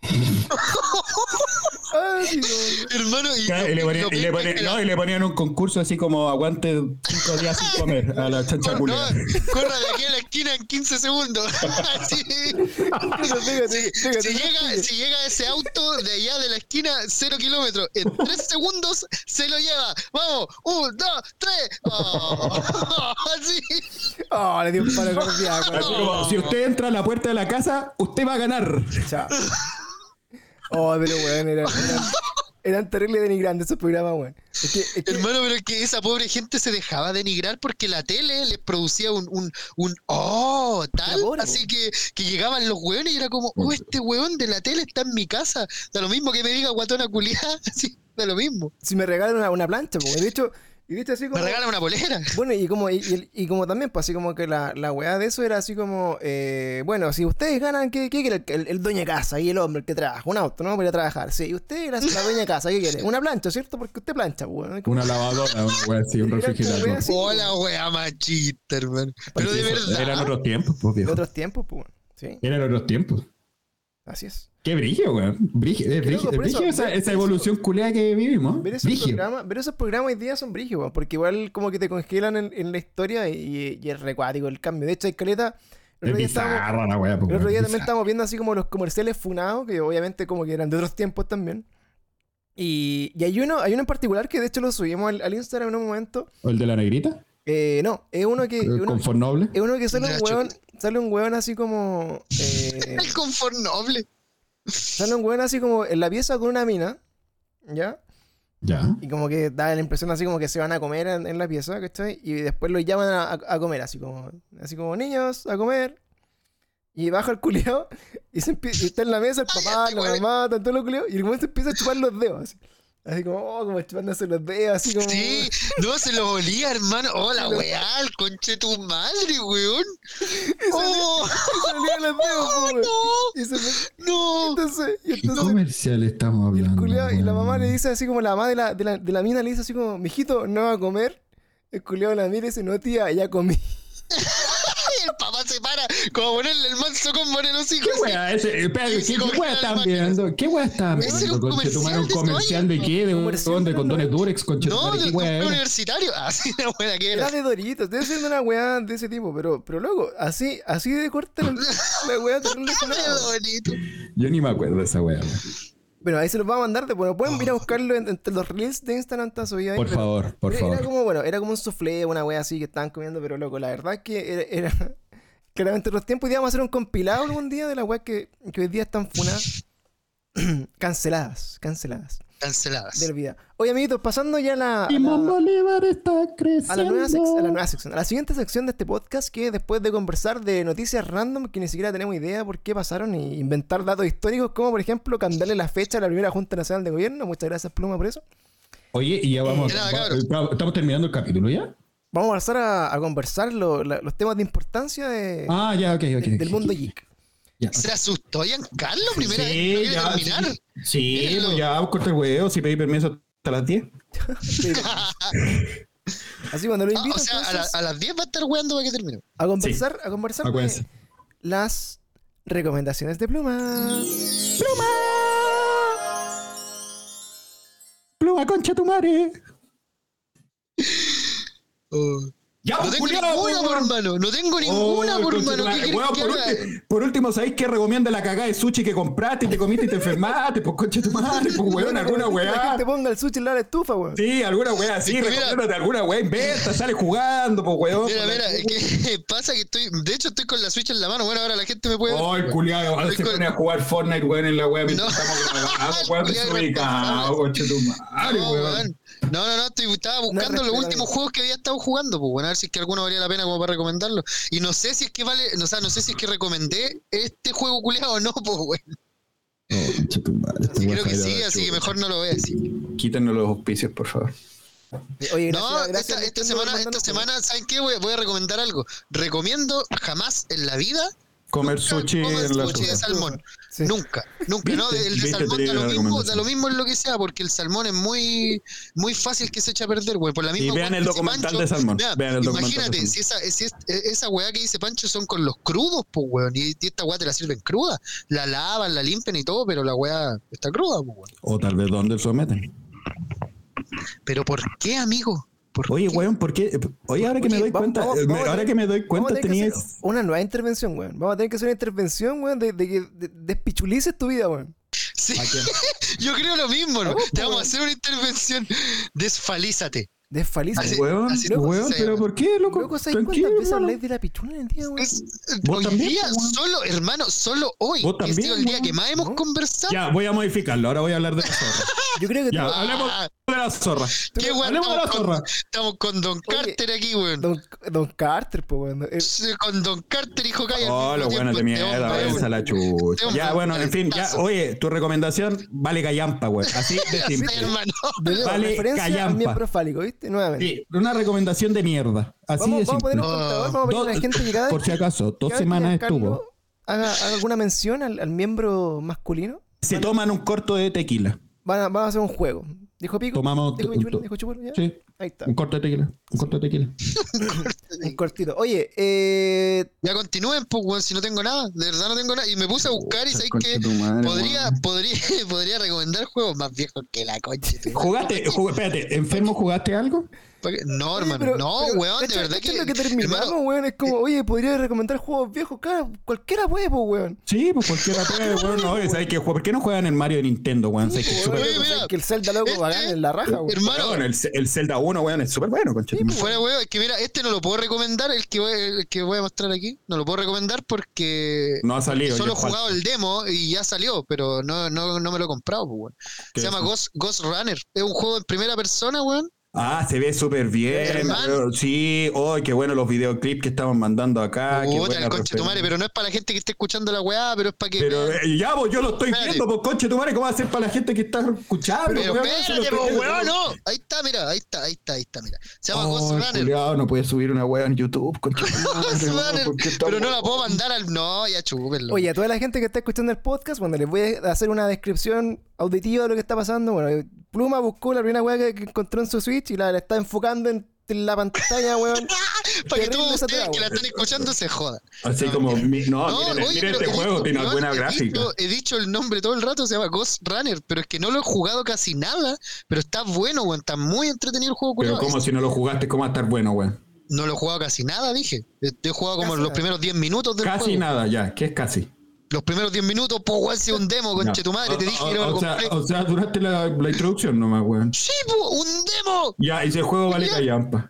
Ah, sí, como- Hermano, y, Claro, y le lo- ponían, lo y le peor ponían- es que no, la- y le ponían un concurso así como aguante cinco días sin comer a la chancha no, culia. corra de aquí a la esquina en quince segundos. Así. Fíjate, fíjate, Si, fíjate, si llega, fíjate. si llega ese auto de allá de la esquina, cero kilómetros, en tres segundos se lo lleva. Vamos, un, dos, tres. Oh, así. Oh, le dio un paro cardíaco. Así como, si usted entra a la puerta de la casa, usted va a ganar. Chao. Oh, pero weón, eran, eran, eran terribles denigrantes esos programas, weón. Es que, es que Hermano, pero es que esa pobre gente se dejaba denigrar porque la tele les producía un, un, un oh, tal. pobre, Así que, que llegaban los hueones y era como, oh, este hueón de la tele está en mi casa. Da lo mismo que me diga guatona culiada, así, da lo mismo. si me regalan una, una plancha, pues, de hecho, y de hecho así como... Me regalan una polera. Bueno, y como, y, y- y como también, pues así como que la, la weá de eso era así como, eh, bueno, si ustedes ganan, ¿qué, qué quiere el, el, el dueño de casa y el hombre el que trabaja? Un auto, ¿no? Para ir a trabajar. Sí, y usted la, la dueña de casa, ¿qué quiere? Una plancha, ¿cierto? Porque usted plancha, pues. ¿no? Una lavadora, una wea así, un Era como refrigerador. wea así, Hola, wea machista, hermano. Pero de Eso, verdad. Eran otros tiempos, pues, De viejo. otros tiempos, pues. Sí, Eran otros tiempos. así es. Qué brillo, weón. Brillo, es Qué loco, brillo, por eso, brillo esa, ver- esa ver evolución culeada que vivimos. Ver esos, Brillo. programas, ver esos programas hoy día son brígidos, weón, porque igual como que te congelan en, en la historia y, y es recuático el cambio. De hecho, hay caleta. El Es otro día estábamos- bizarra la wea, pues, el otro weón, día también bizarra. estábamos viendo así como los comerciales funados, que obviamente como que eran de otros tiempos también. Y, y hay uno, hay uno en particular que de hecho lo subimos al, al Instagram en un momento. ¿O el de la negrita? Eh, no, es uno que. Es uno, Confort noble. es uno que sale un Nacho. hueón. Sale un hueón así como. eh, El confort noble. sale un hueón así como en la pieza con una mina. ¿Ya? Ya. Y como que da la impresión así como que se van a comer en, en la pieza, ¿cachai? Y después los llaman a, a- a comer, así como, así como niños, a comer. Y baja el culiao y, se empie- y está en la mesa el papá, Ay, la este mamá, tanto los culiados, y el momento empieza a chupar los dedos, así. Así como, oh, como chupándose los dedos, así como. Sí, no se lo olía, hermano. Hola, weá, el conche tu madre, weón. Oh, Y se olía los dedos, po, weón. no, Y se me- no. entonces, y ¿Qué entonces comercial estamos y, el hablando? culiao- y la weón? mamá le dice así como la mamá de la, de la, de la mina le dice así como, mijito, no va a comer. El culiao la mira y dice, no tía, ya comí. Y el papá se para, como ponerle el manso combo en el hocico. ¿Qué así. wea? Ese, espera, Y ¿qué, se qué congela wea la están máquina. viendo? ¿Qué wea están Ese viendo? es un Conche, ¿tomaron un comercial de comercial de Soya, qué? ¿De, comercial un- de de condones los- Durex? Conche, No, ¿qué del wea club era? universitario. Así de buena que era. Era de Doritos, debe ser de una weá de ese tipo, pero, pero loco, así, así de corta la, la weá terrible Qué funada. bonito. Yo ni me acuerdo de esa wea. weón. Bueno, ahí se los va a mandar, de, bueno, pueden ir a buscarlo en- entre los reels de Instagram, está subido ahí. Por pero favor, por era, favor. era como, bueno, era como un soufflé, una wea así que estaban comiendo, pero loco, la verdad es que era, era claramente los tiempos, y íbamos a hacer un compilado algún día de las weas que, que hoy día están funadas. canceladas, canceladas. Canceladas. Del video. Oye, amiguitos, pasando ya a la, a Simón la, Bolívar está a la nueva, sec- creciendo. a la nueva sección, a la siguiente sección de este podcast, que después de conversar de noticias random que ni siquiera tenemos idea por qué pasaron, y inventar datos históricos, como por ejemplo cambiarle la fecha a la primera Junta Nacional de Gobierno. Muchas gracias, Pluma, por eso. Oye, y ya vamos. Eh, nada, va- cabrón. estamos terminando el capítulo ya. Vamos a pasar a, a conversar lo- la- los temas de importancia de, Ah, ya, ok, ok. de- del ok. mundo geek. Ya. ¿Se asustó Giancarlo primera vez? ¿No Sí, quiere ya. terminar? Sí, sí, Mírenlo. pues ya, vamos a cortar el huevo. Si pedí permiso hasta las diez. Sí. Así cuando lo Ah, invito o sea, a, la- entonces, a las diez va a estar weando para que termine. a conversar, a conversar de Acuérdense. las recomendaciones de Pluma. ¡Pluma! ¡Pluma, concha tu madre! Oh. ¡Ya, No pues, tengo culiao, ninguna, weón! por hermano. No tengo ninguna, Oh, por concha hermano. tu ¿Qué madre. quieres Weón, que por, haga? ulti- por último, ¿sabéis qué recomienda la cagada de sushi que compraste y te comiste y te enfermaste? Pues concha tu madre, pues weón, alguna La weá. gente ponga el sushi en la estufa, weón. Sí, alguna weá así, Es que mira- recomiéndate alguna weá, inventa, sale jugando, pues weón. Mira, Pues, mira, la- es que pasa que estoy. De hecho, estoy con la Switch en la mano. Bueno, ahora la gente me puede. Oh, el ver. culiado, ahora Estoy se con- pone a jugar Fortnite, weón, en la weá mientras No. estamos grabando, El weón, culiao desubicado, concha tu madre, No, weón. weón. No, no, no, estoy, estaba buscando los respeta, últimos amigo. juegos que había estado jugando, pues bueno, a ver si es que alguno valía la pena como para recomendarlo. Y no sé si es que vale, o sea, no sé si es que recomendé este juego culiado o no, pues bueno. Oh, concha tu madre, esta weá Creo que se va a ir a sí, la así que chucha. mejor no lo veas. Sí. Quítanos los auspicios, por favor. Oye, gracias, No, gracias, esta, esta Nintendo, por semana, esta mandarnos semana, ¿saben qué? Voy, voy a recomendar algo. Recomiendo jamás en la vida Comer nunca sushi coman en la sushi de tuya. salmón. Sí. Nunca, nunca, ¿no? ¿Viste? El de ¿Viste? salmón Te da di lo la mismo, da recomendación. lo mismo en lo que sea, porque el salmón es muy, muy fácil que se eche a perder, güey. Por la misma Y vean weá el que dice documental Pancho. de salmón. Mira, Vean el documental de imagínate, salmón. si esa, si es- esa weá que dice Pancho son con los crudos, pues, weón. Y, y esta weá te la sirven cruda. La lavan, la limpian y todo, pero la weá está cruda, pues, weón. O tal vez donde se meten. Pero ¿por qué, amigo? ¿Por Oye, qué? weón, ¿por qué? Oye, ahora que Oye, me doy vamos- cuenta, vamos- eh, vamos a ahora tener- que me doy Vamos a cuenta, tener que tenías. hacer una nueva intervención, weón. Vamos a tener que hacer una intervención, weón, de, de que de- despichulices tu vida, weón. Sí, ¿A quién? yo creo lo mismo, ¿no? Vamos, Te po, vamos a weón. hacer una intervención. Desfalízate. Desfaliza. Así- Weón, así loco, weón, se pero llama. ¿por qué, loco? Loco, ¿sabes Tranquilo, cuántas veces hermano. habláis de la pichula en el día, weón? Es- Vos hoy también, día, po, weón. solo, hermano, solo hoy. Vos que ha también, sido el día weón. que más hemos ¿No? conversado. Ya, voy a modificarlo. Ahora voy a hablar de la zorra. Yo creo que Ya, tú- hablemos Ah, de la zorra. qué weón, Hablemos de la estamos, zorra. con, estamos con Don Oye, Carter aquí, weón. Don, Don Carter, pues, weón. Eh, Sí, Con Don Carter y Hokage. al Oh, mismo lo bueno tiempo, de este mierda, hombre, váyanse a la Este chucha. hombre Ya, es bueno, un en fin, ya, talentazo. oye, tu recomendación vale callampa, güey. Así de Ya sé, simple. hermano. de nuevo, Vale, referencia al callampa. miembro fálico, ¿viste? Nuevamente. Sí, una recomendación de mierda. Así Vamos, de vamos a poner un simple. contador, vamos a poner a la Dos- gente que cada por vez si que- acaso, dos cada vez que semanas Giancarlo estuvo. Haga, haga alguna mención al, al miembro masculino. Se toman un corto de tequila. Van a, vamos a hacer un juego. ¿Dijo Pico? Tomamos ¿Dijo un- Pichuelo? to- ¿Dijo Chupulo? ¿Ya? Sí, Ahí está. un corto de tequila. Un corto de tequila. Un cortito. Oye, eh, Ya continúen, pues, weón, si no tengo nada. De verdad no tengo nada. Y me puse a buscar y sabéis Concha que tu madre, podría, weón. podría, podría recomendar juegos más viejos que la concha. de tu madre. ¿Jugaste? jug- espérate, ¿enfermo jugaste algo? ¿Para qué? No, oye, hermano. pero- no, pero, weón, de cacha- verdad cacha que. lo que terminamos, hermano, weón. Es como, oye, podría recomendar juegos viejos. Claro, cualquiera puede, pues, weón. Sí, pues cualquiera puede, weón. No, oye, ¿sabes qué? ¿Por qué no juegan el Mario de Nintendo, weón? ¿Sabes que es súper Oye, Oye, mira, que el Zelda, loco, va a ganar en la raja, weón. hermano, Weón, el, el Zelda uno, weón, es súper bueno, concha. tu madre. fuera weón, es que mira, este no lo puedo recomendar, el que voy, el que voy a mostrar aquí. No lo puedo recomendar porque No ha salido. solo ya he jugado falta. el demo y ya salió, pero no, no, no me lo he comprado, pues, weón. ¿Qué Se es llama eso? Ghost, Ghost Runner. Es un juego en primera persona, weón. Ah, se ve súper bien. Hermano. weón. Sí, oh, qué bueno los videoclips que estaban mandando acá. qué Puta, buena el conche tu madre, referencia. pero no es para la gente que esté escuchando la weá, pero es para que. Pero eh, ya, pues yo lo estoy Espérate. viendo, pues conche tu madre, ¿cómo va a ser para la gente que está escuchando? Pero weón? espérate, Se lo estoy po, viendo. weón, no. Ahí está, mira, ahí está, ahí está, ahí está, mira. Se llama Oh, Ghost Runner. culiao, no puede subir una weá en YouTube, conche tu madre, Ghost weón, Runner. ¿por qué está Pero no la weón? puedo mandar al. No, ya chúpenlo. Oye, a toda la gente que está escuchando el podcast, bueno, les voy a hacer una descripción auditiva de lo que está pasando. Bueno, Pluma buscó la primera weá que, que encontró en su Switch y la, la está enfocando en, en la pantalla, weón. para que terrible todos esa ustedes tela, que la weón. están escuchando se jodan. Así como, mi- no, No, miren, oye, miren pero este he juego, dicho- tiene una weón, buena he gráfica. dicho- He dicho el nombre todo el rato, se llama Ghost Runner, pero es que no lo he jugado casi nada, pero está bueno, weón, está muy entretenido el juego, Pero culiao. como si no lo jugaste, ¿cómo va a estar bueno, weón? No lo he jugado casi nada, dije. He jugado como Casi los nada. primeros diez minutos del Casi juego. nada, ya, ¿qué es casi? Los primeros diez minutos, pues, weón, si es un demo, conche tu madre, te dije o, que no o lo sea, compré. o sea, durante la, la introducción nomás, weón. Sí, po, un demo. Ya, y ese juego vale Ya. callampa.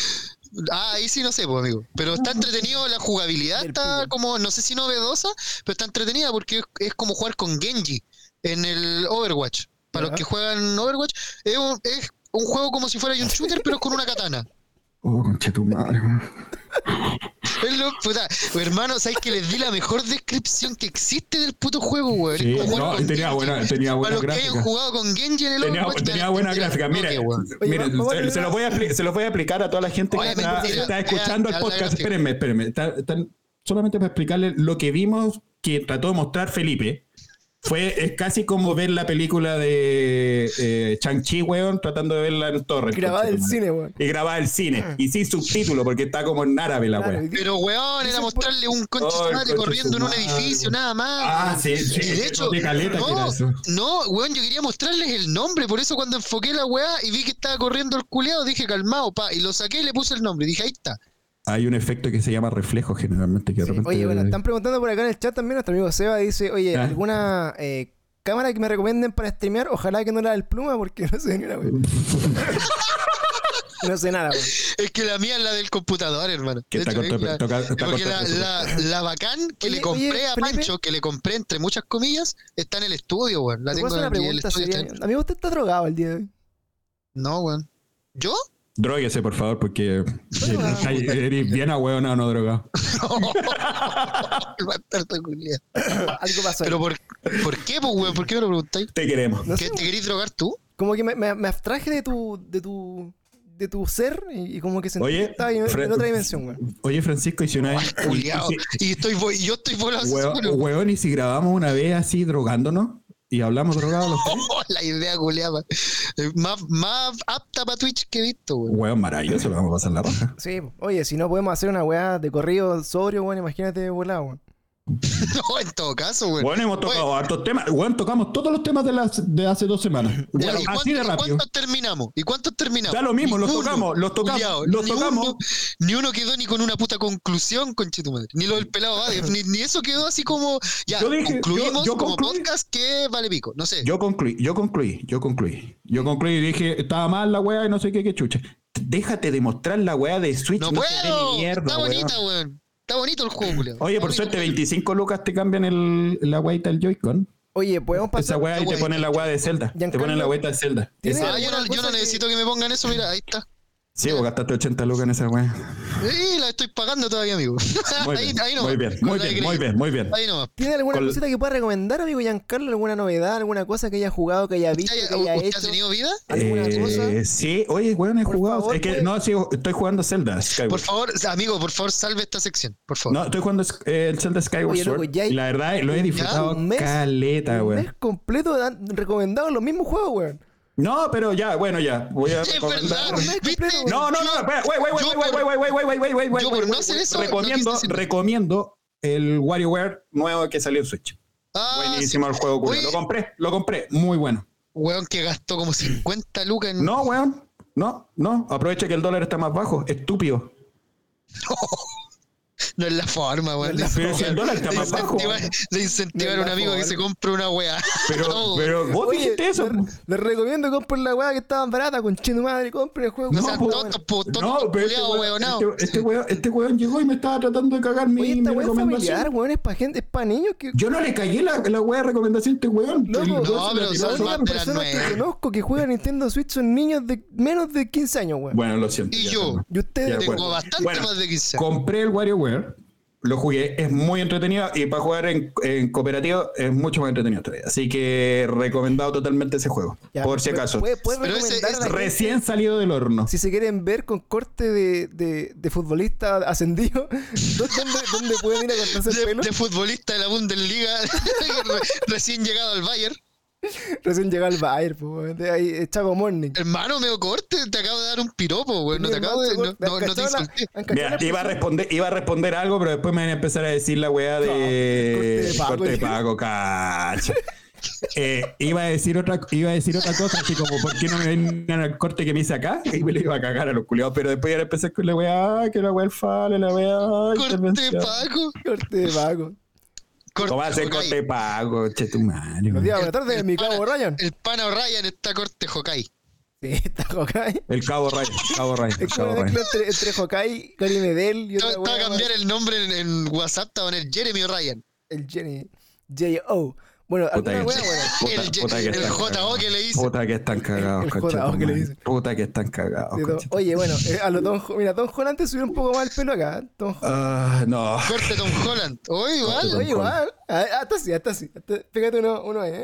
Ah, ahí sí no sé, pues, amigo. Pero está entretenido, la jugabilidad Del está pillo. como, no sé si novedosa, pero está entretenida porque es, es como jugar con Genji en el Overwatch. Para Ya. los que juegan Overwatch, es un, es un juego como si fuera un shooter, pero con una katana. Oh, conche tu madre, weón. Es lo- puta, hermano, ¿sabes que les di la mejor descripción que existe del puto juego, weón? Sí, Es como jugar no, con y tenía Genji. buena, tenía Para buena los que gráfica. hayan jugado con Genji en el Tenía, Overwatch, tenía van a buena entender gráfica. el toque, Miren, weón. Oye, miren, vamos a se, tener se los voy a, expli- se los voy a explicar a toda la gente que Obviamente, está, mira, está vean, escuchando el vean la podcast. gráfica. Espérenme, espérenme. Está- están- solamente para explicarles lo que vimos que trató de mostrar Felipe. Fue es casi como ver la película de eh, Shang-Chi, weón, tratando de verla en torre. Grabada del cine, weón. Y grabada el cine. Y sin subtítulo, porque está como en árabe la Claro, weón. y- Pero, weón, era Dicen por- mostrarle un conche Ay, su madre conche corriendo su en un madre. edificio, nada más. Ah, sí, sí. Y de hecho, de caleta que era no, eso. no, weón, yo quería mostrarles el nombre, por eso cuando enfoqué la weá y vi que estaba corriendo el culeado, dije calmado, pa, y lo saqué y le puse el nombre, dije, ahí está. Hay un efecto que se llama reflejo generalmente. Que de Sí, repente... oye, bueno, están preguntando por acá en el chat también. Nuestro amigo Seba dice: Oye, ¿Ah? ¿alguna eh, cámara que me recomienden para streamear? Ojalá que no la del Pluma, porque no sé ni una weón. No sé nada, weón. Es que la mía es la del computador, hermano. Que De está hecho, corto de es la- pre- toca- está porque corto la, de presupuesto. la, la bacán que Oye, le compré oye, a Felipe. Pancho, que le compré entre muchas comillas, está en el estudio, weón. La ¿Te tengo puedo hacer en una el pregunta estudio. seria? está en- Amigo, usted está drogado el día de hoy. No, weón. ¿Yo? Dróguese, por favor, porque Bueno, está- eres bien a hueón o no drogado. El bastardo culiao. Algo pasó. ahí. Pero por, ¿por qué, pues, weón? ¿Por qué me lo preguntáis? Te queremos. No ¿Qué, sé, ¿Te querís drogar tú? como que me, me, me abstraje de tu, de tu de tu ser y, y como que sentís Oye, que estabas en, Fran- en otra dimensión, weón. Oye, Francisco, y si una vez. Culiao. y si- Y estoy vo- y yo estoy volando Hueón, solo. hueón, y si grabamos una vez así drogándonos y hablamos drogados los tres. Oh, la idea culiada. Más, más apta para Twitch que he visto, weón. Hueón, maravilloso, lo vamos a pasar la raja. Sí, oye, si no podemos hacer una weá de corrido sobrio, weón, imagínate volado, weón. No, en todo caso, weón. Bueno, hemos tocado hartos temas. Hueón, tocamos todos los temas de, las, de hace dos semanas. Ya, Bueno, ¿y así de cuánto- rápido. ¿Cuántos terminamos? ¿Y cuántos terminamos? Da lo mismo, los Ninguno, tocamos, los tocamos, culiao. los Ni tocamos. uno- ni uno quedó ni con una puta conclusión, conchetumadre. Ni lo del pelado Badia, ni, ni eso quedó así como. Ya, Yo dije- concluimos yo- yo como concluí. podcast que vale pico. No sé. Yo concluí, yo concluí, yo concluí. Yo concluí y dije, estaba mal la weá y no sé qué, qué chucha. Déjate de mostrar la weá de Switch. no no se ve puedo. ni mierda, Está weón. bonita, weón. Está bonito el juego, culiao. Oye, por Está suerte, bonito. veinticinco lucas te cambian el, la weá del Joy-Con. Oye, podemos Esa pasar. weá y te weá. ponen la weá de Zelda. Te Giancarlo, ponen la weá de Zelda. ¿tiene Esa- Ah, yo no, alguna yo no cosa que- necesito que... me pongan eso, mira, ahí está. Sí, vos gastaste ochenta lucas en esa weá. Sí, la estoy pagando todavía, amigo. Muy ahí, bien, ahí nomás, muy bien, con muy la de bien, muy crédito. bien, muy bien. Ahí nomás. ¿Tiene alguna Con- cosita que pueda recomendar, amigo Giancarlo? ¿Alguna novedad? ¿Alguna cosa que haya jugado, que haya visto, ¿Usted, que haya usted hecho? ha tenido vida? ¿Alguna Eh, cosa? sí, oye, weón, he Por jugado. favor, es que pues. no, sí, estoy jugando Zelda Skyward. Por favor, amigo, por favor, salve esta sección, por favor. No, estoy jugando eh, el Zelda Skyward Oye, loco, Sword. ya hay- Y la verdad, lo he disfrutado un mes- caleta, Un weón. mes completo dan- recomendado los mismos juegos, weón. No, pero ya, bueno, ya. Voy a Es recomendar. verdad, ¿viste? No, no, no, espera, wey, wey, wey, Yo wey, por- wey, wey, wey, wey, wey, wey, wey, wey, yo por wey, no wey, hacer wey. eso, no recomiendo, quise decirlo. recomiendo el WarioWare nuevo que salió en Switch. Ah, Buenísimo sí. el juego, culo. Oye, Lo compré, lo compré, muy bueno. weón que gastó como cincuenta lucas en... No, weón, no, no, aprovecha que el dólar está más bajo, estúpido. No es la forma, weón. No es la Pero si el dólar está de más bajo. incentivar, de incentivar No a es un la amigo que forma. se compre una weá. Pero, No, pero vos Oye, dijiste eso. Les, les recomiendo que compren la weá que estaba barata, con chino madre, compren el juego. No que sean está po- bueno. tontos, po, tontos, No, pero este culiados, weón, weonados. este, este, weón, este weón llegó y me estaba tratando de cagar mi, Oye, mi esta weá es recomendación. familiar, weón, es para gente, es para niños que... Yo no le cagué la, la weá de recomendación a este weón. Loco, El weón no, se la pero tiró son solo. más Las de las personas que nueve. conozco que juegan Nintendo Switch son niños de menos de quince años, weón. Bueno, lo siento. Y ya, yo, perdón. Y ustedes, Ya, tengo bueno. bastante Bueno, más de quince años. Compré el WarioWare, lo jugué, es muy entretenido y para jugar en, en cooperativo es mucho más entretenido todavía. Así que recomendado totalmente ese juego, ya, por si ¿puede- acaso. ¿Puede, puede Pero ese recomendar a es la gente, Recién salido del horno. si se quieren ver con corte de, de, de futbolista ascendido, ¿dó- ¿dónde, dónde pueden ir a cortarse el De, pelo? de futbolista de la Bundesliga, re- recién llegado al Bayern. Recién llega al Bayern, pues, weón. De ahí, eh, Chaco Morning. Hermano, medio corte, te acabo de dar un piropo, weón. No te acabo de. No, no, no te insulté. Mira, iba a responder, iba a responder algo, pero después me van a empezar a decir la weá de No, corte de pago. corte de pago, cacha. Eh, iba a decir otra, iba a decir otra cosa, así como ¿por qué no me ven al corte que me hice acá? Y me lo iba a cagar a los culiados, pero después ya empecé con la weá, que la weá el fale, la weá. Corte de intervención. pago. Corte de pago. Corte ¿Cómo va a ser Hawkeye. corte de pago? Che, tu madre. Los weón. días buenas tardes, el mi pana- cabo Ryan. El pana Ryan está corte Hawkeye. Sí, está Hawkeye. El cabo Ryan, cabo Ryan, Es como cabo una Ryan. mezcla entre, entre Hawkeye, Gary Medel y Te otra te va a weá, cambiar el nombre en, en WhatsApp, te va a poner Jeremy Ryan. el Jenny. J O Bueno, Puta alguna que- weá, bueno. Puta- el puta que el están J O cagados. que le dice. Puta que están cagados, El concha J O tu que le madre. dice. Puta que están cagados, De todo. concha tu Oye, bueno, eh, a lo Tom, Ho- mira, Tom Holland te subió un poco más el pelo acá. Tom Holland. Ah, no. Corte Tom Holland. Oye, igual. Tom Oye, igual. Ah, hasta sí, hasta sí. Hasta- Pégate uno, uno ahí, ¿eh?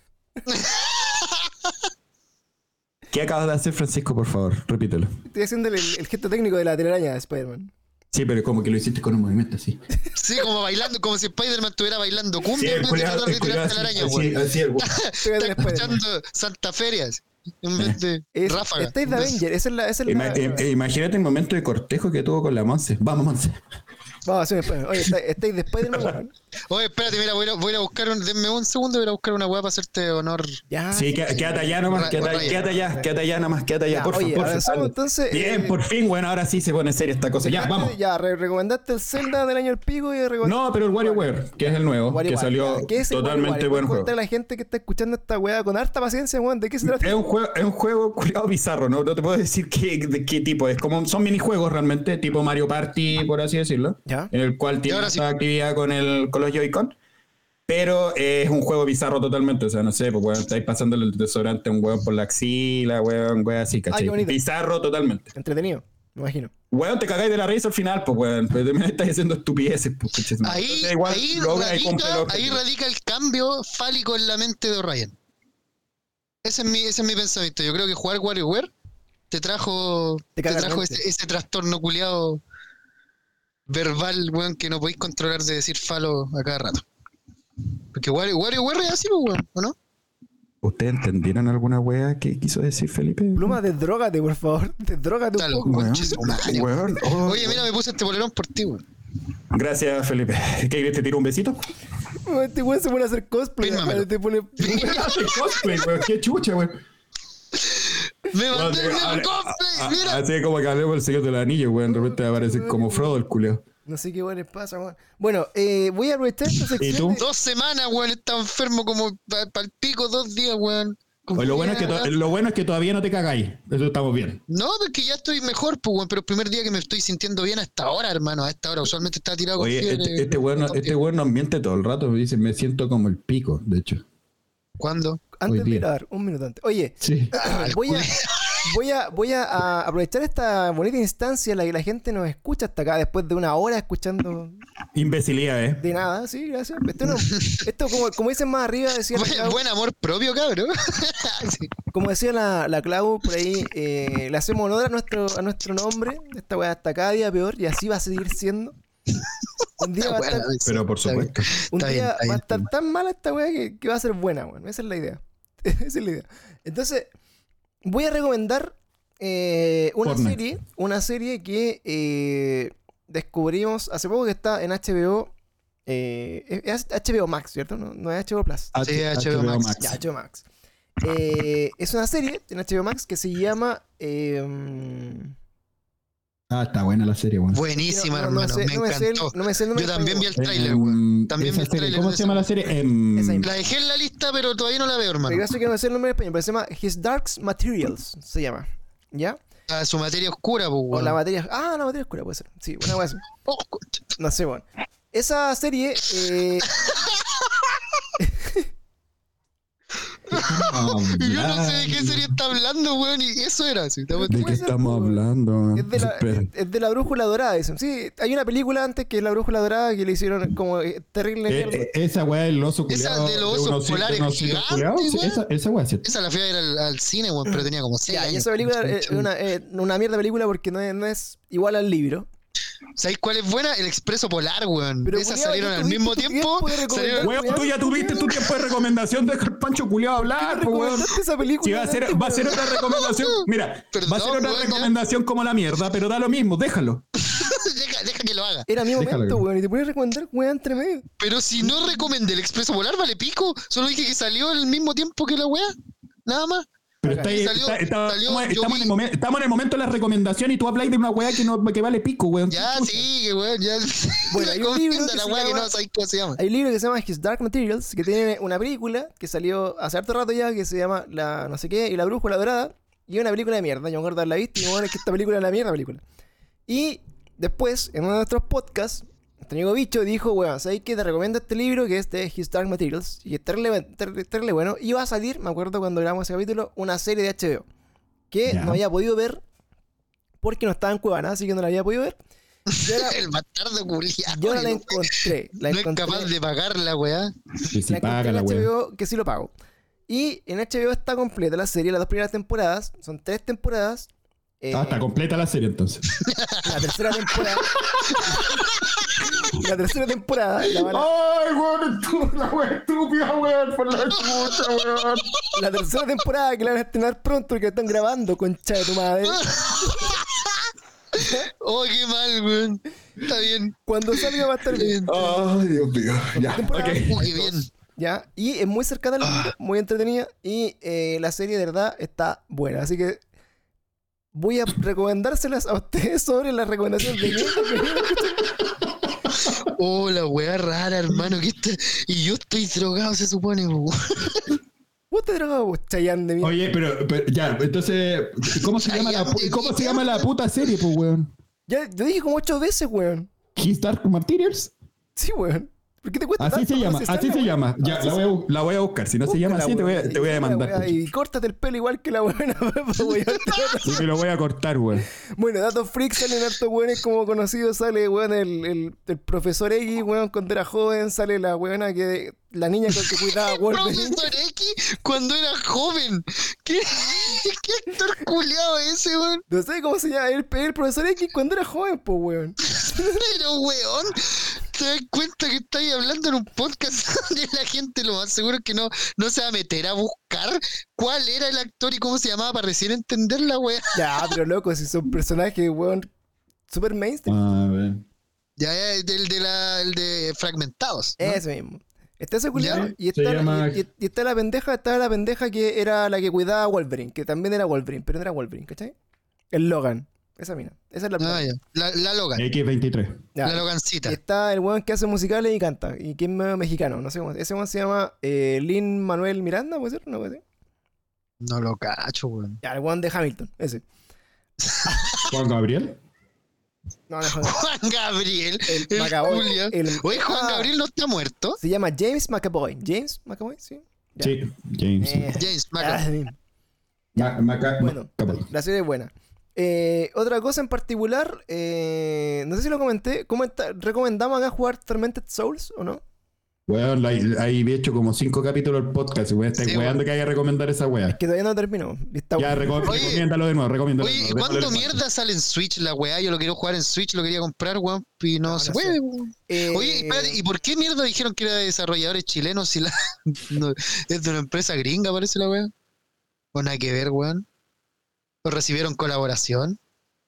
¿Qué acabas de hacer, Francisco, por favor? Repítelo. Estoy haciendo el, el gesto técnico de la telaraña de Spider-Man. Sí, pero como que lo hiciste con un movimiento así. Sí, como bailando, como si Spider-Man estuviera bailando cumbia Sí, en vez de tratar de tirarte la araña, así, weón. así, el weón. Pégate Está el Spider-Man. escuchando Santa Ferias en vez de Es, Ráfaga. estáis de Avenger, esa es la. Esa es Ima- la eh, eh, Imagínate el momento de cortejo que tuvo con la Monse. Vamos, Monse. Vamos a hacer un Spider-Man. Oye, está- estáis de Spider-Man, weón. Oye, espérate, mira, voy a, voy a buscar un. Denme un segundo, voy a buscar una weá para hacerte honor. Ya. Sí, qué- quédate allá nomás, Ra- quédate, Ryan. quédate allá, quédate allá nomás, quédate allá, Ya, por favor. oye, por avanzamos, favor. entonces, Bien, eh, por fin, bueno, ahora sí se pone seria esta cosa. Ya, vamos. Ya, re- recomendaste el Zelda del año del pico y recomendaste. No, pero el WarioWare, que es el nuevo, que WarioWare, salió ya. ¿Qué es el totalmente WarioWare? buen juego. Cuéntale a la gente que está escuchando esta weá con harta paciencia, weón. ¿De qué se trata? Es un juego, es un juego culiado bizarro, ¿no? No te puedo decir qué, de qué tipo es. Como son minijuegos realmente, tipo Mario Party, por así decirlo. Ya. En el cual tiene ahora esta sí. actividad con, el, con los Joy-Con. Pero es un juego bizarro totalmente. O sea, no sé, pues weón, estáis pasándole el desodorante a un weón por la axila, weón, weón así, Ay, ¿cachai? qué bonito. Bizarro totalmente. Entretenido, me imagino. Weón, te cagáis de la risa al final, pues weón. Pero también estáis haciendo estupideces, pues cachai. Ahí, Entonces, igual ahí, logra y cumple el radica, objetivo. ahí radica el cambio fálico en la mente de Ryan. Ese es mi, ese es mi pensamiento. Yo creo que jugar WarioWare te trajo, Te te caga la trajo mente. ese, ese trastorno culiado verbal, weón, que no podéis controlar de decir falo a cada rato. Porque Wario Wario es así, weón, ¿o no? ¿Ustedes entendieron alguna weá que quiso decir Felipe? Pluma, desdrógate, por favor. Desdrógate un Dale, poco. Weón, conche su madre, weón, oh, Oye, mira, me puse este polerón por ti, weón. Gracias, Felipe. ¿Qué te tiro un besito? Este weón se pone a hacer cosplay. Fírmamelo. Te pone... Hace cosplay, weón. Qué chucha, weón. Me mandé el Bueno, nuevo hable- cosplay, a- mira. Así como que hablemos del Señor del Anillo, weón. De repente va a aparecer como Frodo el culeo. No sé qué weón les pasa, weón. Bueno, eh, voy a aprovechar esta sección. tú? de- Dos semanas, weón, estaba enfermo como para el pico, dos días, weón. Oye, lo, bueno es que to- lo bueno es que todavía no te cagáis. Eso estamos bien. No, porque ya estoy mejor, pues, weón, pero el primer día que me estoy sintiendo bien a esta hora, hermano, a esta hora. Usualmente estaba tirado con Oye, fiebre. este, este weón no- este weón nos miente todo el rato. Me dice, me siento como el pico, de hecho. ¿Cuándo? Antes hoy de día. grabar, un minuto antes. Oye, Sí. voy a, voy a, voy a, a aprovechar esta bonita instancia en la que la gente nos escucha hasta acá después de una hora escuchando Imbecilidad, ¿eh? de nada. Sí, gracias. Esto, no, esto como, como dicen más arriba, decía la Buen, Clau, buen amor propio, cabrón. Sí. como decía la, la Clau por ahí, eh, le hacemos honor a nuestro, a nuestro nombre. Esta weá hasta cada día peor y así va a seguir siendo. Un día va a estar, Pero por Está bien. supuesto. un Está día bien, está va a bien. estar tan mala esta weá que, que va a ser buena, weón. Esa es la idea. Esa es la idea. Entonces, voy a recomendar eh, una Fortnite. serie, una serie que eh, descubrimos hace poco que está en H B O. Eh, es H B O Max, ¿cierto? No, no es H B O Plus. Sí, H B O Max. Ya, H B O Max. Eh, es una serie en H B O Max que se llama. eh, Ah, está buena la serie, weón. Buenísima, no, no hermano. sé- me no me sé el- encantó. no me sé el nombre Yo en también vi el español. tráiler, weón. Em, También esa vi el serie, tráiler ¿Cómo de se llama esa. la serie? Em, Esa La dejé en la lista, pero todavía no la veo, Lo hermano. que pasa es que no sé el nombre en español, pero se llama His Dark Materials. Se llama. ¿Ya? Ah, su materia oscura, pues, O weón. la materia. Ah, la materia oscura puede ser. Sí, una cosa así. Oh, concha. No sé, bueno. Esa serie. Eh, Yo no sé de qué serie está hablando, weón, y eso era así. ¿Te ¿De acuerdas? qué puede ser, estamos po. hablando? es, de la, Espera. es de la brújula dorada, dicen. Sí, hay una película antes que es la brújula dorada que le hicieron como eh, terrible. Eh, mierda. eh, esa weá del oso Esa culiado. de los osos polares gigantes, Sí, weón. esa, esa weá, ¿cierto? Esa la fui a ver al, al cine, weón, pero tenía como seis Ya, y años. esa película es una, eh, una mierda película porque no es, no es igual al libro. ¿Sabéis cuál es buena? El Expreso Polar, weón. Pero, Esas culiao, salieron tú al tuviste mismo tu tiempo. tiempo de recomendar, salieron- Weón, tú ya tuviste tu tiempo de recomendación. Deja el Pancho culiado hablar, po, weón. ¿Recomendaste esa película? Si va a ser, antes, va a ser weón? otra recomendación. Mira, Perdón, va a ser otra weón, ya. recomendación como la mierda, pero da lo mismo, déjalo. deja, deja que lo haga. Era mi Déjalo, momento, weón. weón. Y te pones a recomendar, weón, entre medio. Pero si no recomendé el Expreso Polar, vale pico. Solo dije que salió al mismo tiempo que la weá. Nada más. Pero está ahí- Salió- está- está- salió, estamos, yo estamos en el vi- momen- estamos en el momento de la recomendación y tú hablas de una weá que, no, que vale pico, weón. Ya, sí, que weón, ya. Bueno, hay un libro Recomienda que la se weá que llama- no sabéis cómo se llama. Hay un libro que se llama His Dark Materials, que tiene una película que salió hace harto rato ya, que se llama La no sé qué y La Brújula Dorada. Y es una película de mierda. Yo me acuerdo de haberla visto y bueno, es que esta película es la mierda película. Y después, en uno de nuestros podcasts, nuestro amigo Bicho dijo, weón, ¿sabes qué? Te recomiendo este libro que es de His Dark Materials. Y es terrible, terrible, terrible bueno. Y va a salir, me acuerdo cuando grabamos ese capítulo, una serie de H B O. Que Ya. no había podido ver porque no estaba en Cuevana, así que no la había podido ver. Y ahora, El bastardo culiado. yo ahora la encontré. La No es encontré. capaz de pagar la weá. Sí, sí, La encontré paga en la H B weá. O, que sí lo pago. Y en H B O está completa la serie, las dos primeras temporadas. Son tres temporadas. Eh, Ah, está completa la serie entonces. la tercera temporada. la tercera temporada. La, van a- Ay, weón, tú, la weá estúpida, weón, por la chucha, weón. la tercera temporada que la van a estrenar pronto porque la están grabando, concha de tu madre. Oh, qué mal, weón. Está bien. Cuando salga va a estar bien. Ay, Dios mío. Ya, Temporada. ok. Oh, qué bien. ¿Ya? Y es muy cercana al Ah. libro, muy entretenida. Y eh, la serie de verdad está buena. Así que voy a recomendárselas a ustedes sobre las recomendaciones de mierda que Oh, la weá rara, hermano. Que está... Y yo estoy drogado, se supone, weón. Vos te drogado, vos, Chayanne de mierda. Oye, pero, pero ya, entonces, ¿cómo se llama la, pu- ¿cómo se llama la puta serie, pues, weón? Ya, yo dije como ocho veces, weón. His Dark Materials. Sí, weón. ¿Por qué te cuesta Así tanto se llama, procesarla, así se weón? llama. Ya, Así la se- voy, a, bu- la voy a buscar. Si no se llama Búscala, así, te voy a, weón. te voy a Y- demandar. weón, Y córtate el pelo igual que la buena, weón. Sí, me lo voy a cortar, weón. Bueno, datos freaks salen hartos weones como conocidos. Sale, weón, el, el, el profesor X, weón, cuando era joven. Sale la weona que... La niña con que cuidaba a Wolverine. Profesor X cuando era joven. ¿Qué? ¿Qué actor culiado es ese, weón? No sé cómo se llama. El, el profesor X cuando era joven, pues, weón. Pero, weón, te das cuenta que estáis hablando en un podcast donde la gente lo más seguro es que no, no se va a meter a buscar cuál era el actor y cómo se llamaba para recién entender la weá. Ya, pero loco, si son personajes, weón, super mainstream. A ver. Ya, ya, el de, la, el de Fragmentados, ¿no? Ese mismo. Está ese culiado Ya, y, se está, llama- y, y- y está la pendeja, está la pendeja que era la que cuidaba a Wolverine, que también era Wolverine, pero no era Wolverine, ¿cachai? El Logan. Esa mina. Esa es la Ah, ya. La, la Logan. X veintitrés. Ya. La Logancita. Y está el weón que hace musicales y canta. Y que es medio mexicano, no sé cómo. Ese weón se llama eh, Lin Manuel Miranda, ¿puede ser? No puede ser. No lo cacho, weón. Ya, el weón de Hamilton, ese. Juan Gabriel. No, no, no. Juan Gabriel. El El, Macaboy, Julia. el- Oye, Juan ah. Gabriel no está muerto. Se llama James McAvoy. James McAvoy, sí. Ya. Sí, James. Eh, James ah, McAvoy. Ma- Maca- Bueno, Macaboy. la serie es buena. Eh, otra cosa en particular, eh, no sé si lo comenté, ¿cómo está- ¿recomendamos acá jugar Tormented Souls o no? Weón, ahí ahí he hecho como cinco capítulos del podcast. Weón, estáis Sí, weando que hay que recomendar esa Es weá. que todavía no termino. y está Ya, bueno. reco- Oye. recomiéndalo de nuevo, recomiéndalo de Oye, ¿y nuevo. cuándo déjale el mierda sale en Switch la weá? Yo lo quiero jugar en Switch, lo quería comprar, weón, y no, No, se no puede, sé. weón. Eh, Oye, espérate, ¿y por qué mierda dijeron que era de desarrolladores chilenos si la no, es de una empresa gringa, parece la weá? O nada que ver, weón. ¿O recibieron colaboración?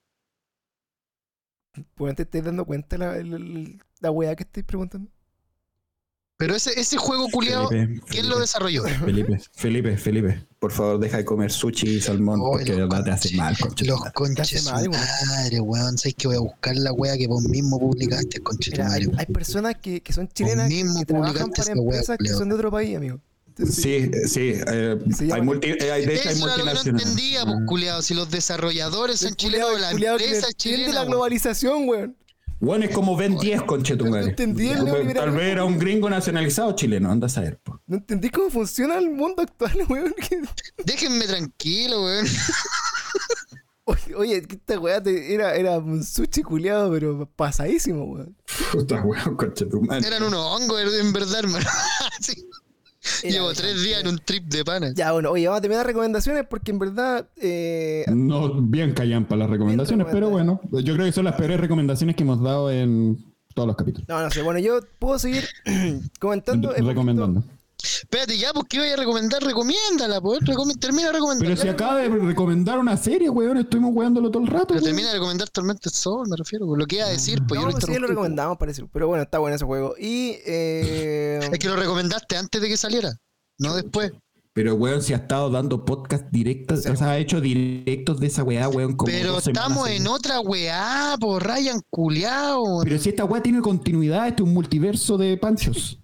Pues te estás dando cuenta la, la, la- la weá que estoy preguntando. Pero ese, ese juego culiado, Felipe, ¿quién lo Felipe, desarrolló? Felipe, Felipe, Felipe, por favor deja de comer sushi y salmón Oh, porque de los verdad te hace conches- mal, concha. Los conches Te hace su mal, weón. madre, weón. ¿Sabes que voy a buscar la weá que vos mismo publicaste, conche tu Mira, madre, hay, weón? hay personas que, que son chilenas que, mismo que trabajan publicaste para esa weá, empresas que culiao. son de otro país, amigo. Entonces, Sí, sí, eh, Se hay llama- multi, eh, hay- de hecho hay Eso era lo que no multinacionales. entendía, pues, Ah. culiado. Si los desarrolladores son el chilenos, culiao- la el culiao que empresa es entiende chilena, la weón. globalización, weón. Bueno, es como Ben diez, conche tu No madre. entendí el Como- neoliberalismo. Tal vez era un gringo nacionalizado chileno, anda a saber, po. No entendí cómo funciona el mundo actual, weón. Déjenme tranquilo, weón. Oye, oye, que esta weá te- era, era un sushi culiado, pero pasadísimo, weón. Puta weón, conche tu madre. Eran unos hongos, en verdad, hermano. Sí. Era Llevo de tres cantidad. días en un trip de panas. Ya, bueno, oye, vamos a terminar recomendaciones porque en verdad. Eh, No, bien callampa las recomendaciones, Bien pero bueno, yo creo que son las peores recomendaciones que hemos dado en todos los capítulos. no, no sé, bueno, yo puedo seguir comentando. Hemos Recomendando. Espérate, ya, pues, ¿qué iba a recomendar? Recomiéndala, pues. Recom- termina de recomendar. Pero si acaba de recomendar una serie, weón, estuvimos weándolo todo el rato. Pero weón. termina de recomendar Tormented Soul, me refiero. Pues, lo que iba a decir, pues visto. yo lo No, sí, lo interrumpí. recomendamos, parece. Pero bueno, está bueno ese juego. Y. Eh, Es que lo recomendaste antes de que saliera, no después. Pero, weón, si ha estado dando podcast directos, Sí. o sea, ha hecho directos de esa weá, weón, como Pero dos semanas estamos en seguidas. otra weá, por Ryan culiao. Pero si esta weá tiene continuidad, este es un multiverso de panchos.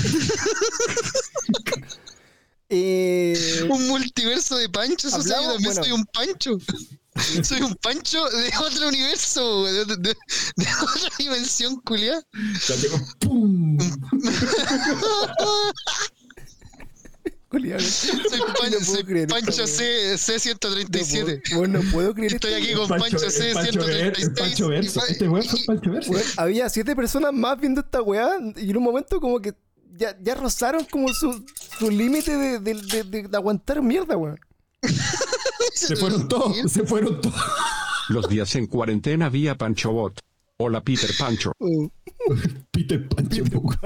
eh, Un multiverso de panchos, o sea, yo Hablamos, también bueno. soy un pancho. Soy un pancho de otro universo, güey, de, de- de otra dimensión culiá. Ya tengo- ¡pum! culiao, no- Soy, pan- no puedo soy creer Pancho esta C, C ciento treinta y siete. No puedo, bueno, no puedo creer Estoy esto, aquí weón. con Pancho C el Pancho ciento treinta y Ver- el seis. Pancho Verso. y- Este weón fue el Pancho Verso. Weón, había siete personas más viendo esta weá y en un momento como que ya, ya rozaron como su, su límite de, de, de, de- de aguantar mierda, weón. Se fueron todos, se fueron todos. Los días en cuarentena vía Panchobot. Hola Peter Pancho. Peter Pancho.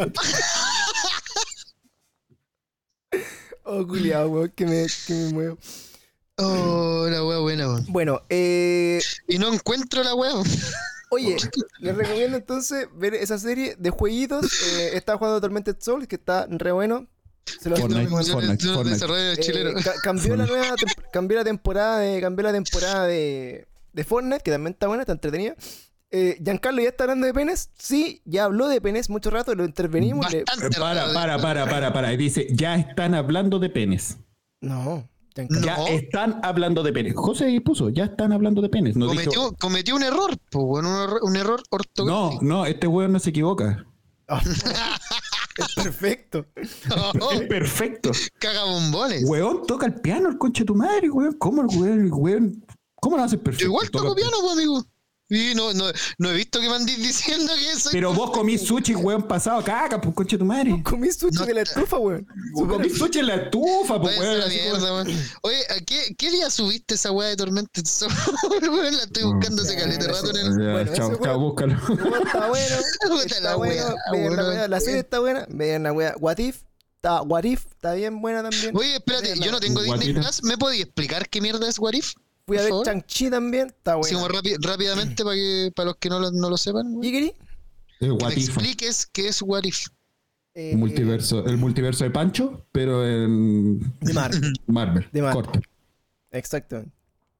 Oh, culiao, weón, que me, que me muevo. Oh, la wea buena, weón. Bueno, eh, Y no encuentro la wea. oye, les recomiendo entonces ver esa serie de jueguitos. Eh, estaba jugando Tormented Souls, que está re bueno. Se lo Fortnite, recomiendo. Fortnite, De los Fortnite. desarrolladores Eh, chilenos. ca- cambió la nueva tem- cambió la temporada de cambió la temporada de, de Fortnite, que también está buena, está entretenida. Eh, Giancarlo ya está hablando de penes. Sí, ya habló de penes mucho rato, lo intervenimos. le- Bastante Para, raro. para, para, para, para. Dice, ya están hablando de penes. No, Giancarlo. Ya No. están hablando de penes. José puso, ya están hablando de penes. No, Cometió, dijo, cometió un error, pues, weón, un error, un error no, ortográfico. no, este weón no se equivoca. Es perfecto. No, Es perfecto. cagabombones. Weón, toca el piano, el conche de tu madre, weón. ¿Cómo el weón, el weón? ¿Cómo lo haces perfecto? Igual toco Toca- piano, pues, amigo. Y no, no, no he visto que me andís diciendo que soy. Pero vos comís sushi, weón, pasado caca, pues concha tu madre. Comí sushi No de la está- estufa, weón. Vos comís sushi en la estufa, pues Váyanse a weón. la así como- mierda, weón. Oye, ¿a qué, ¿qué día subiste esa weá de Tormented Soul? Weón, la estoy buscando hace Ya, caleta de ya, rato en Ya, el. Bueno, chao, ese chao, weón- búscalo. Weón, está bueno. Puta Está la bueno. weá, Vean la weón. weá. La serie está buena. Vean la weá. What If. Está, What If está bien buena también. Oye, espérate, Vean la yo no weá. tengo Disney Guatita. Plus. ¿Me podías explicar qué mierda es What If? Fui a por ver favor? Shang-Chi también. Está Así como buena. rápi- rápidamente para que para los que no lo, no lo sepan. weón. ¿Y querí? El Que me What If. expliques qué es What If. Eh, El multiverso, el multiverso de Pancho, pero en De Marvel. Marvel. De Marvel. Corto. Exactamente.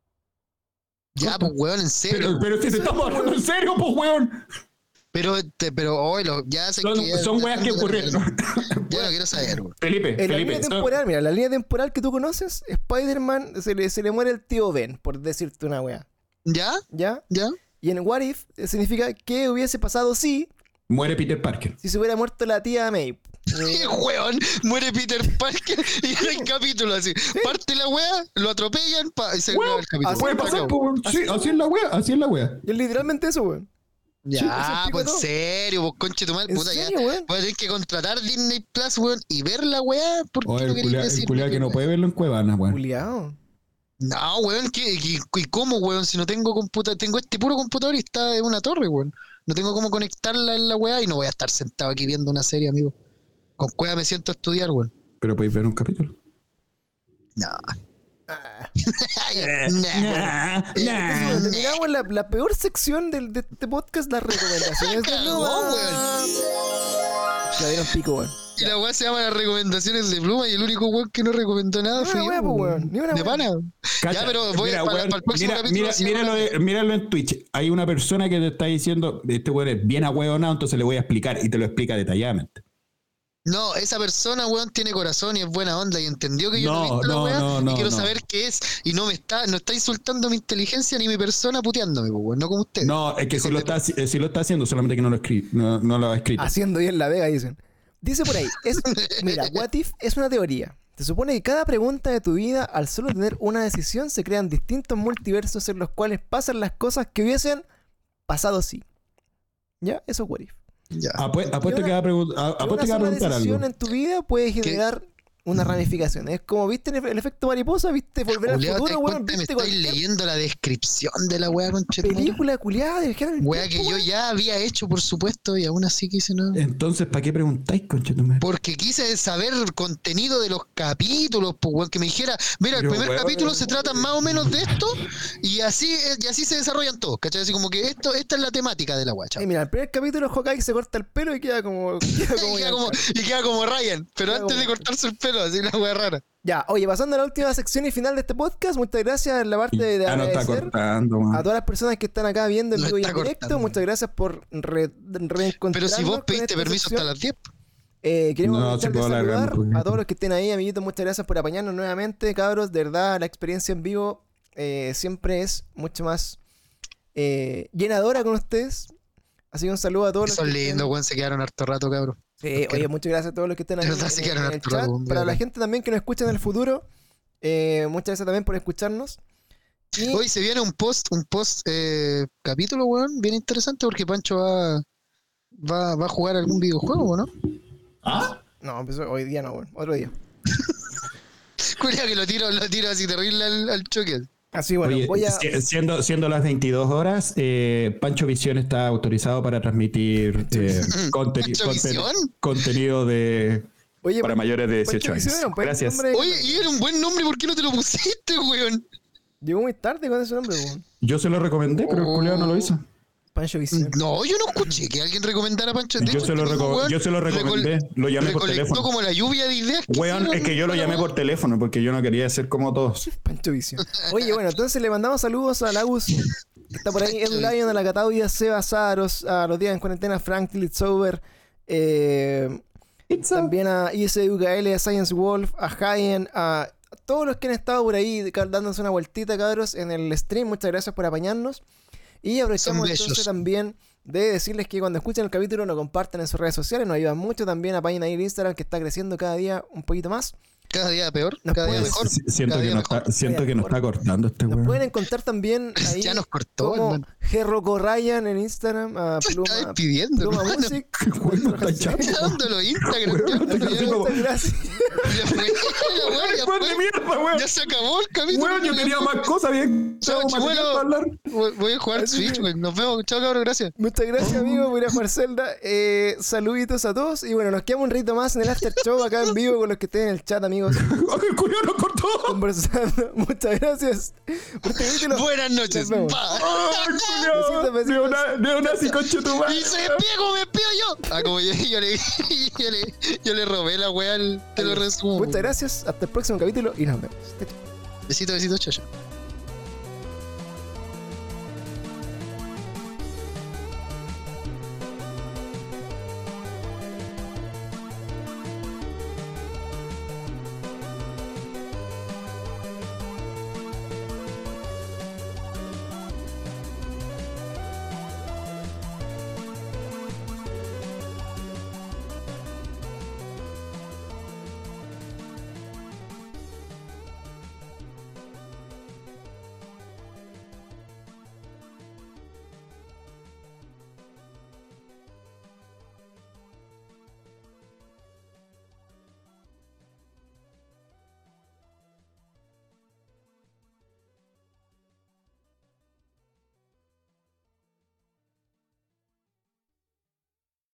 Ya, pues, weón, en serio. Pero, pero si te estamos hablando en serio, pues weón. Pero, te, pero hoy lo, ya sé Son, que. ya- son ya- weas que ocurrieron. Ya no quiero saber, weón. Felipe, En la Felipe. línea son- temporal, mira, la línea temporal que tú conoces, Spider-Man se le, se le muere el tío Ben, por decirte una weá. ¿Ya? ¿Ya? ¿Ya? Y en What If eh, significa que hubiese pasado si, Muere Peter Parker. si se hubiera muerto la tía May. ¡Qué weón! Muere Peter Parker y no hay capítulo así. Parte la wea, lo atropellan pa, y se acaba Weón, el capítulo. así Puede Así pasar, pasó. pues, weón. Sí, así es la wea, así es la wea. Y es literalmente eso, weón. Sí, eso Ya, explica pues en todo. serio, pues conche tu madre, ¿En puta, serio, ya. weón? Voy a tener que contratar Disney Plus, weón, y ver la weá. ¿Por qué O no el queréis culiao el decirme culiao que no weón? puede verlo en Cuevana, weón. Juliado. No, weón, ¿qué, y, y cómo, weón? Si no tengo computador, tengo este puro computador y está en una torre, weón. No tengo cómo conectarla en la weá y no voy a estar sentado aquí viendo una serie, amigo. Con cueva me siento a estudiar, weón. Pero podéis ver un capítulo. No. Ah. Nah, weón. Entonces, bueno, terminamos la, la peor sección del, de este podcast, las recomendaciones de Cagó, Pluma. weón. La dieron pico, weón. Y la weá se llama las recomendaciones de Pluma y el único weón que no recomendó nada Ni fue una yo, weá, po, weón. Ni una De weá. pana. Cacha, Ya, pero voy mira, para- weón, para el próximo mira, capítulo mira, sí míralo, vamos a de- míralo en Twitch. Hay una persona que te está diciendo, este weón es bien ahueonado, entonces le voy a explicar y te lo explica detalladamente. No, esa persona, weón, tiene corazón y es buena onda y entendió que yo no, No, he visto la no, weá no, y no, quiero no. saber qué es. Y no me está, no está insultando mi inteligencia ni mi persona puteándome, pues, weón, no como usted. No, es que sí Hijo lo, de está, eh, sí lo está haciendo, solamente que no lo, escri no, no lo ha escrito. Haciendo bien la vega, dicen. Dice por ahí, es, mira, What If es una teoría. Se supone que cada pregunta de tu vida, al solo tener una decisión, se crean distintos multiversos en los cuales pasan las cosas que hubiesen pasado sí. ¿Ya? Eso es What If. Ya. Apue- Apuesto una- que va a, pregun- a- Que apuesto una que va a sola preguntar decisión algo. en tu vida puede generar una ramificación. Es como, ¿viste el, el efecto mariposa? ¿Viste Volver al Culeado, ¿te das futuro, weón? cuenta? Me ¿Viste estoy cualquier leyendo la descripción de la weá, conchetumare. película culiada de viajar en el Weá que tiempo, yo weón? ya había hecho, por supuesto, y aún así quise no. Entonces, ¿para qué preguntáis, conchetumare? Porque quise saber el contenido de los capítulos, pues, weón, que me dijera, mira, el Pero, primer weón, capítulo se trata más o menos de esto, y así, y así se desarrollan todos, ¿cachai? Así como que esto, esta es la temática de la guacha. Ay, mira, el primer capítulo Hawkeye se corta el pelo y queda como... Queda como, Y queda como, y queda como Ryan, pero Queda antes de como- cortarse el pelo, así una weá rara. Ya, oye, pasando a la última sección y final de este podcast, muchas gracias en la parte de Ya no está agradecer cortando, man. a todas las personas que están acá viendo en No vivo y en está directo. cortando. Muchas gracias por re- reencontrarnos. Pero si vos con pediste esta permiso sección. hasta las diez. Eh, queremos No, aprovechar sí de puedo alargarme saludar un poquito. a todos los que estén ahí, amiguitos. Muchas gracias por apañarnos nuevamente, cabros. De verdad, la experiencia en vivo eh, siempre es mucho más eh, llenadora con ustedes. Así que un saludo a todos los Son que lindos, estén- weón, se quedaron harto rato, cabrón. Sí, oye, muchas gracias a todos los que estén ahí De en, verdad se en- quedaron en el harto chat. rato, Para la weón. gente también que nos escucha en el futuro, eh, muchas gracias también por escucharnos. Y- Hoy se viene un post, un post eh, capítulo, weón, bien interesante porque Pancho va, va, va a jugar algún videojuego, ¿no? ¿Ah? No, pues hoy día no, bueno, otro día. Cuida que lo tiro, lo tiro así terrible al, al choque. Así, bueno, Oye, voy a... si- siendo, siendo las veintidós horas, eh, Pancho Visión está autorizado para transmitir eh, conteni- ¿Pancho conteni- Visión? contenido de Oye, para Pan- mayores de dieciocho Pancho Visión años. era un buen Gracias. nombre. Oye, y era un buen nombre, ¿por qué no te lo pusiste, weón? Llegó muy tarde con ese nombre, weón. Yo se lo recomendé, pero el culiao no lo hizo. Pancho Visión. No, yo no escuché que alguien recomendara a Pancho. De Yo hecho, se lo, este mismo reco- weón yo se lo recomendé, recol- lo llamé por recolectó teléfono. como la lluvia de ideas. que Weón, hicieron es que yo lo para llamé la por teléfono porque yo no quería ser como todos. Pancho Visión. Oye, bueno, entonces le mandamos saludos a Lagus, que está por ahí, Ed Lion, a la Cataudia, Seba Saros, a los días en cuarentena, Frank Tilitzover, eh, también a I S U K L, a Science Wolf, a Hayen, a todos los que han estado por ahí ca- dándose una vueltita, cabros, en el stream. Muchas gracias por apañarnos. Y aprovechamos Son bellos. entonces también de decirles que cuando escuchen el capítulo lo compartan en sus redes sociales, nos ayudan mucho. También apañen ahí el Instagram, que está creciendo cada día un poquito más. Cada día peor, Nos cada día puedes- mejor. Si- Siento cada que día nos mejor. está, siento que nos está cortando este Nos weón. pueden encontrar también ahí Ya nos cortó, como hermano. Gerroco Ryan en Instagram, a Se está Pluma, despidiendo, Pluma hermano. Music. Weón, no está echando. Está dándolo Instagram. Weón, ya, no te ya, así como- Muchas gracias. ya fue, ya fue, ya Weón de fue. mierda, weón. Ya se acabó el capítulo. Weón, yo ya tenía fue. más cosas bien. Chao, Tengo material chimuelo. para hablar. Voy voy a jugar Así Switch, que- güey. Nos vemos. Chao, cabrón, gracias. Muchas gracias, amigo, por ir a jugar Zelda. Eh, saluditos a todos. Y bueno, nos quedamos un rito más en el After Show acá en vivo con los que estén en el chat, amigos, Ay, el culiao nos cortó. conversando. Muchas gracias por este capítulo. Buenas noches. Nos vemos. Pa. Ay, culiao. Besitos, besitos. Neona- Neonazi, concha tu madre. Y se despide como me despido yo. Ah, como yo, yo, le, yo, le, yo le robé la wea al. Te lo resumo. Muchas gracias. Hasta el próximo capítulo y nos vemos. Besitos, besitos, chacho.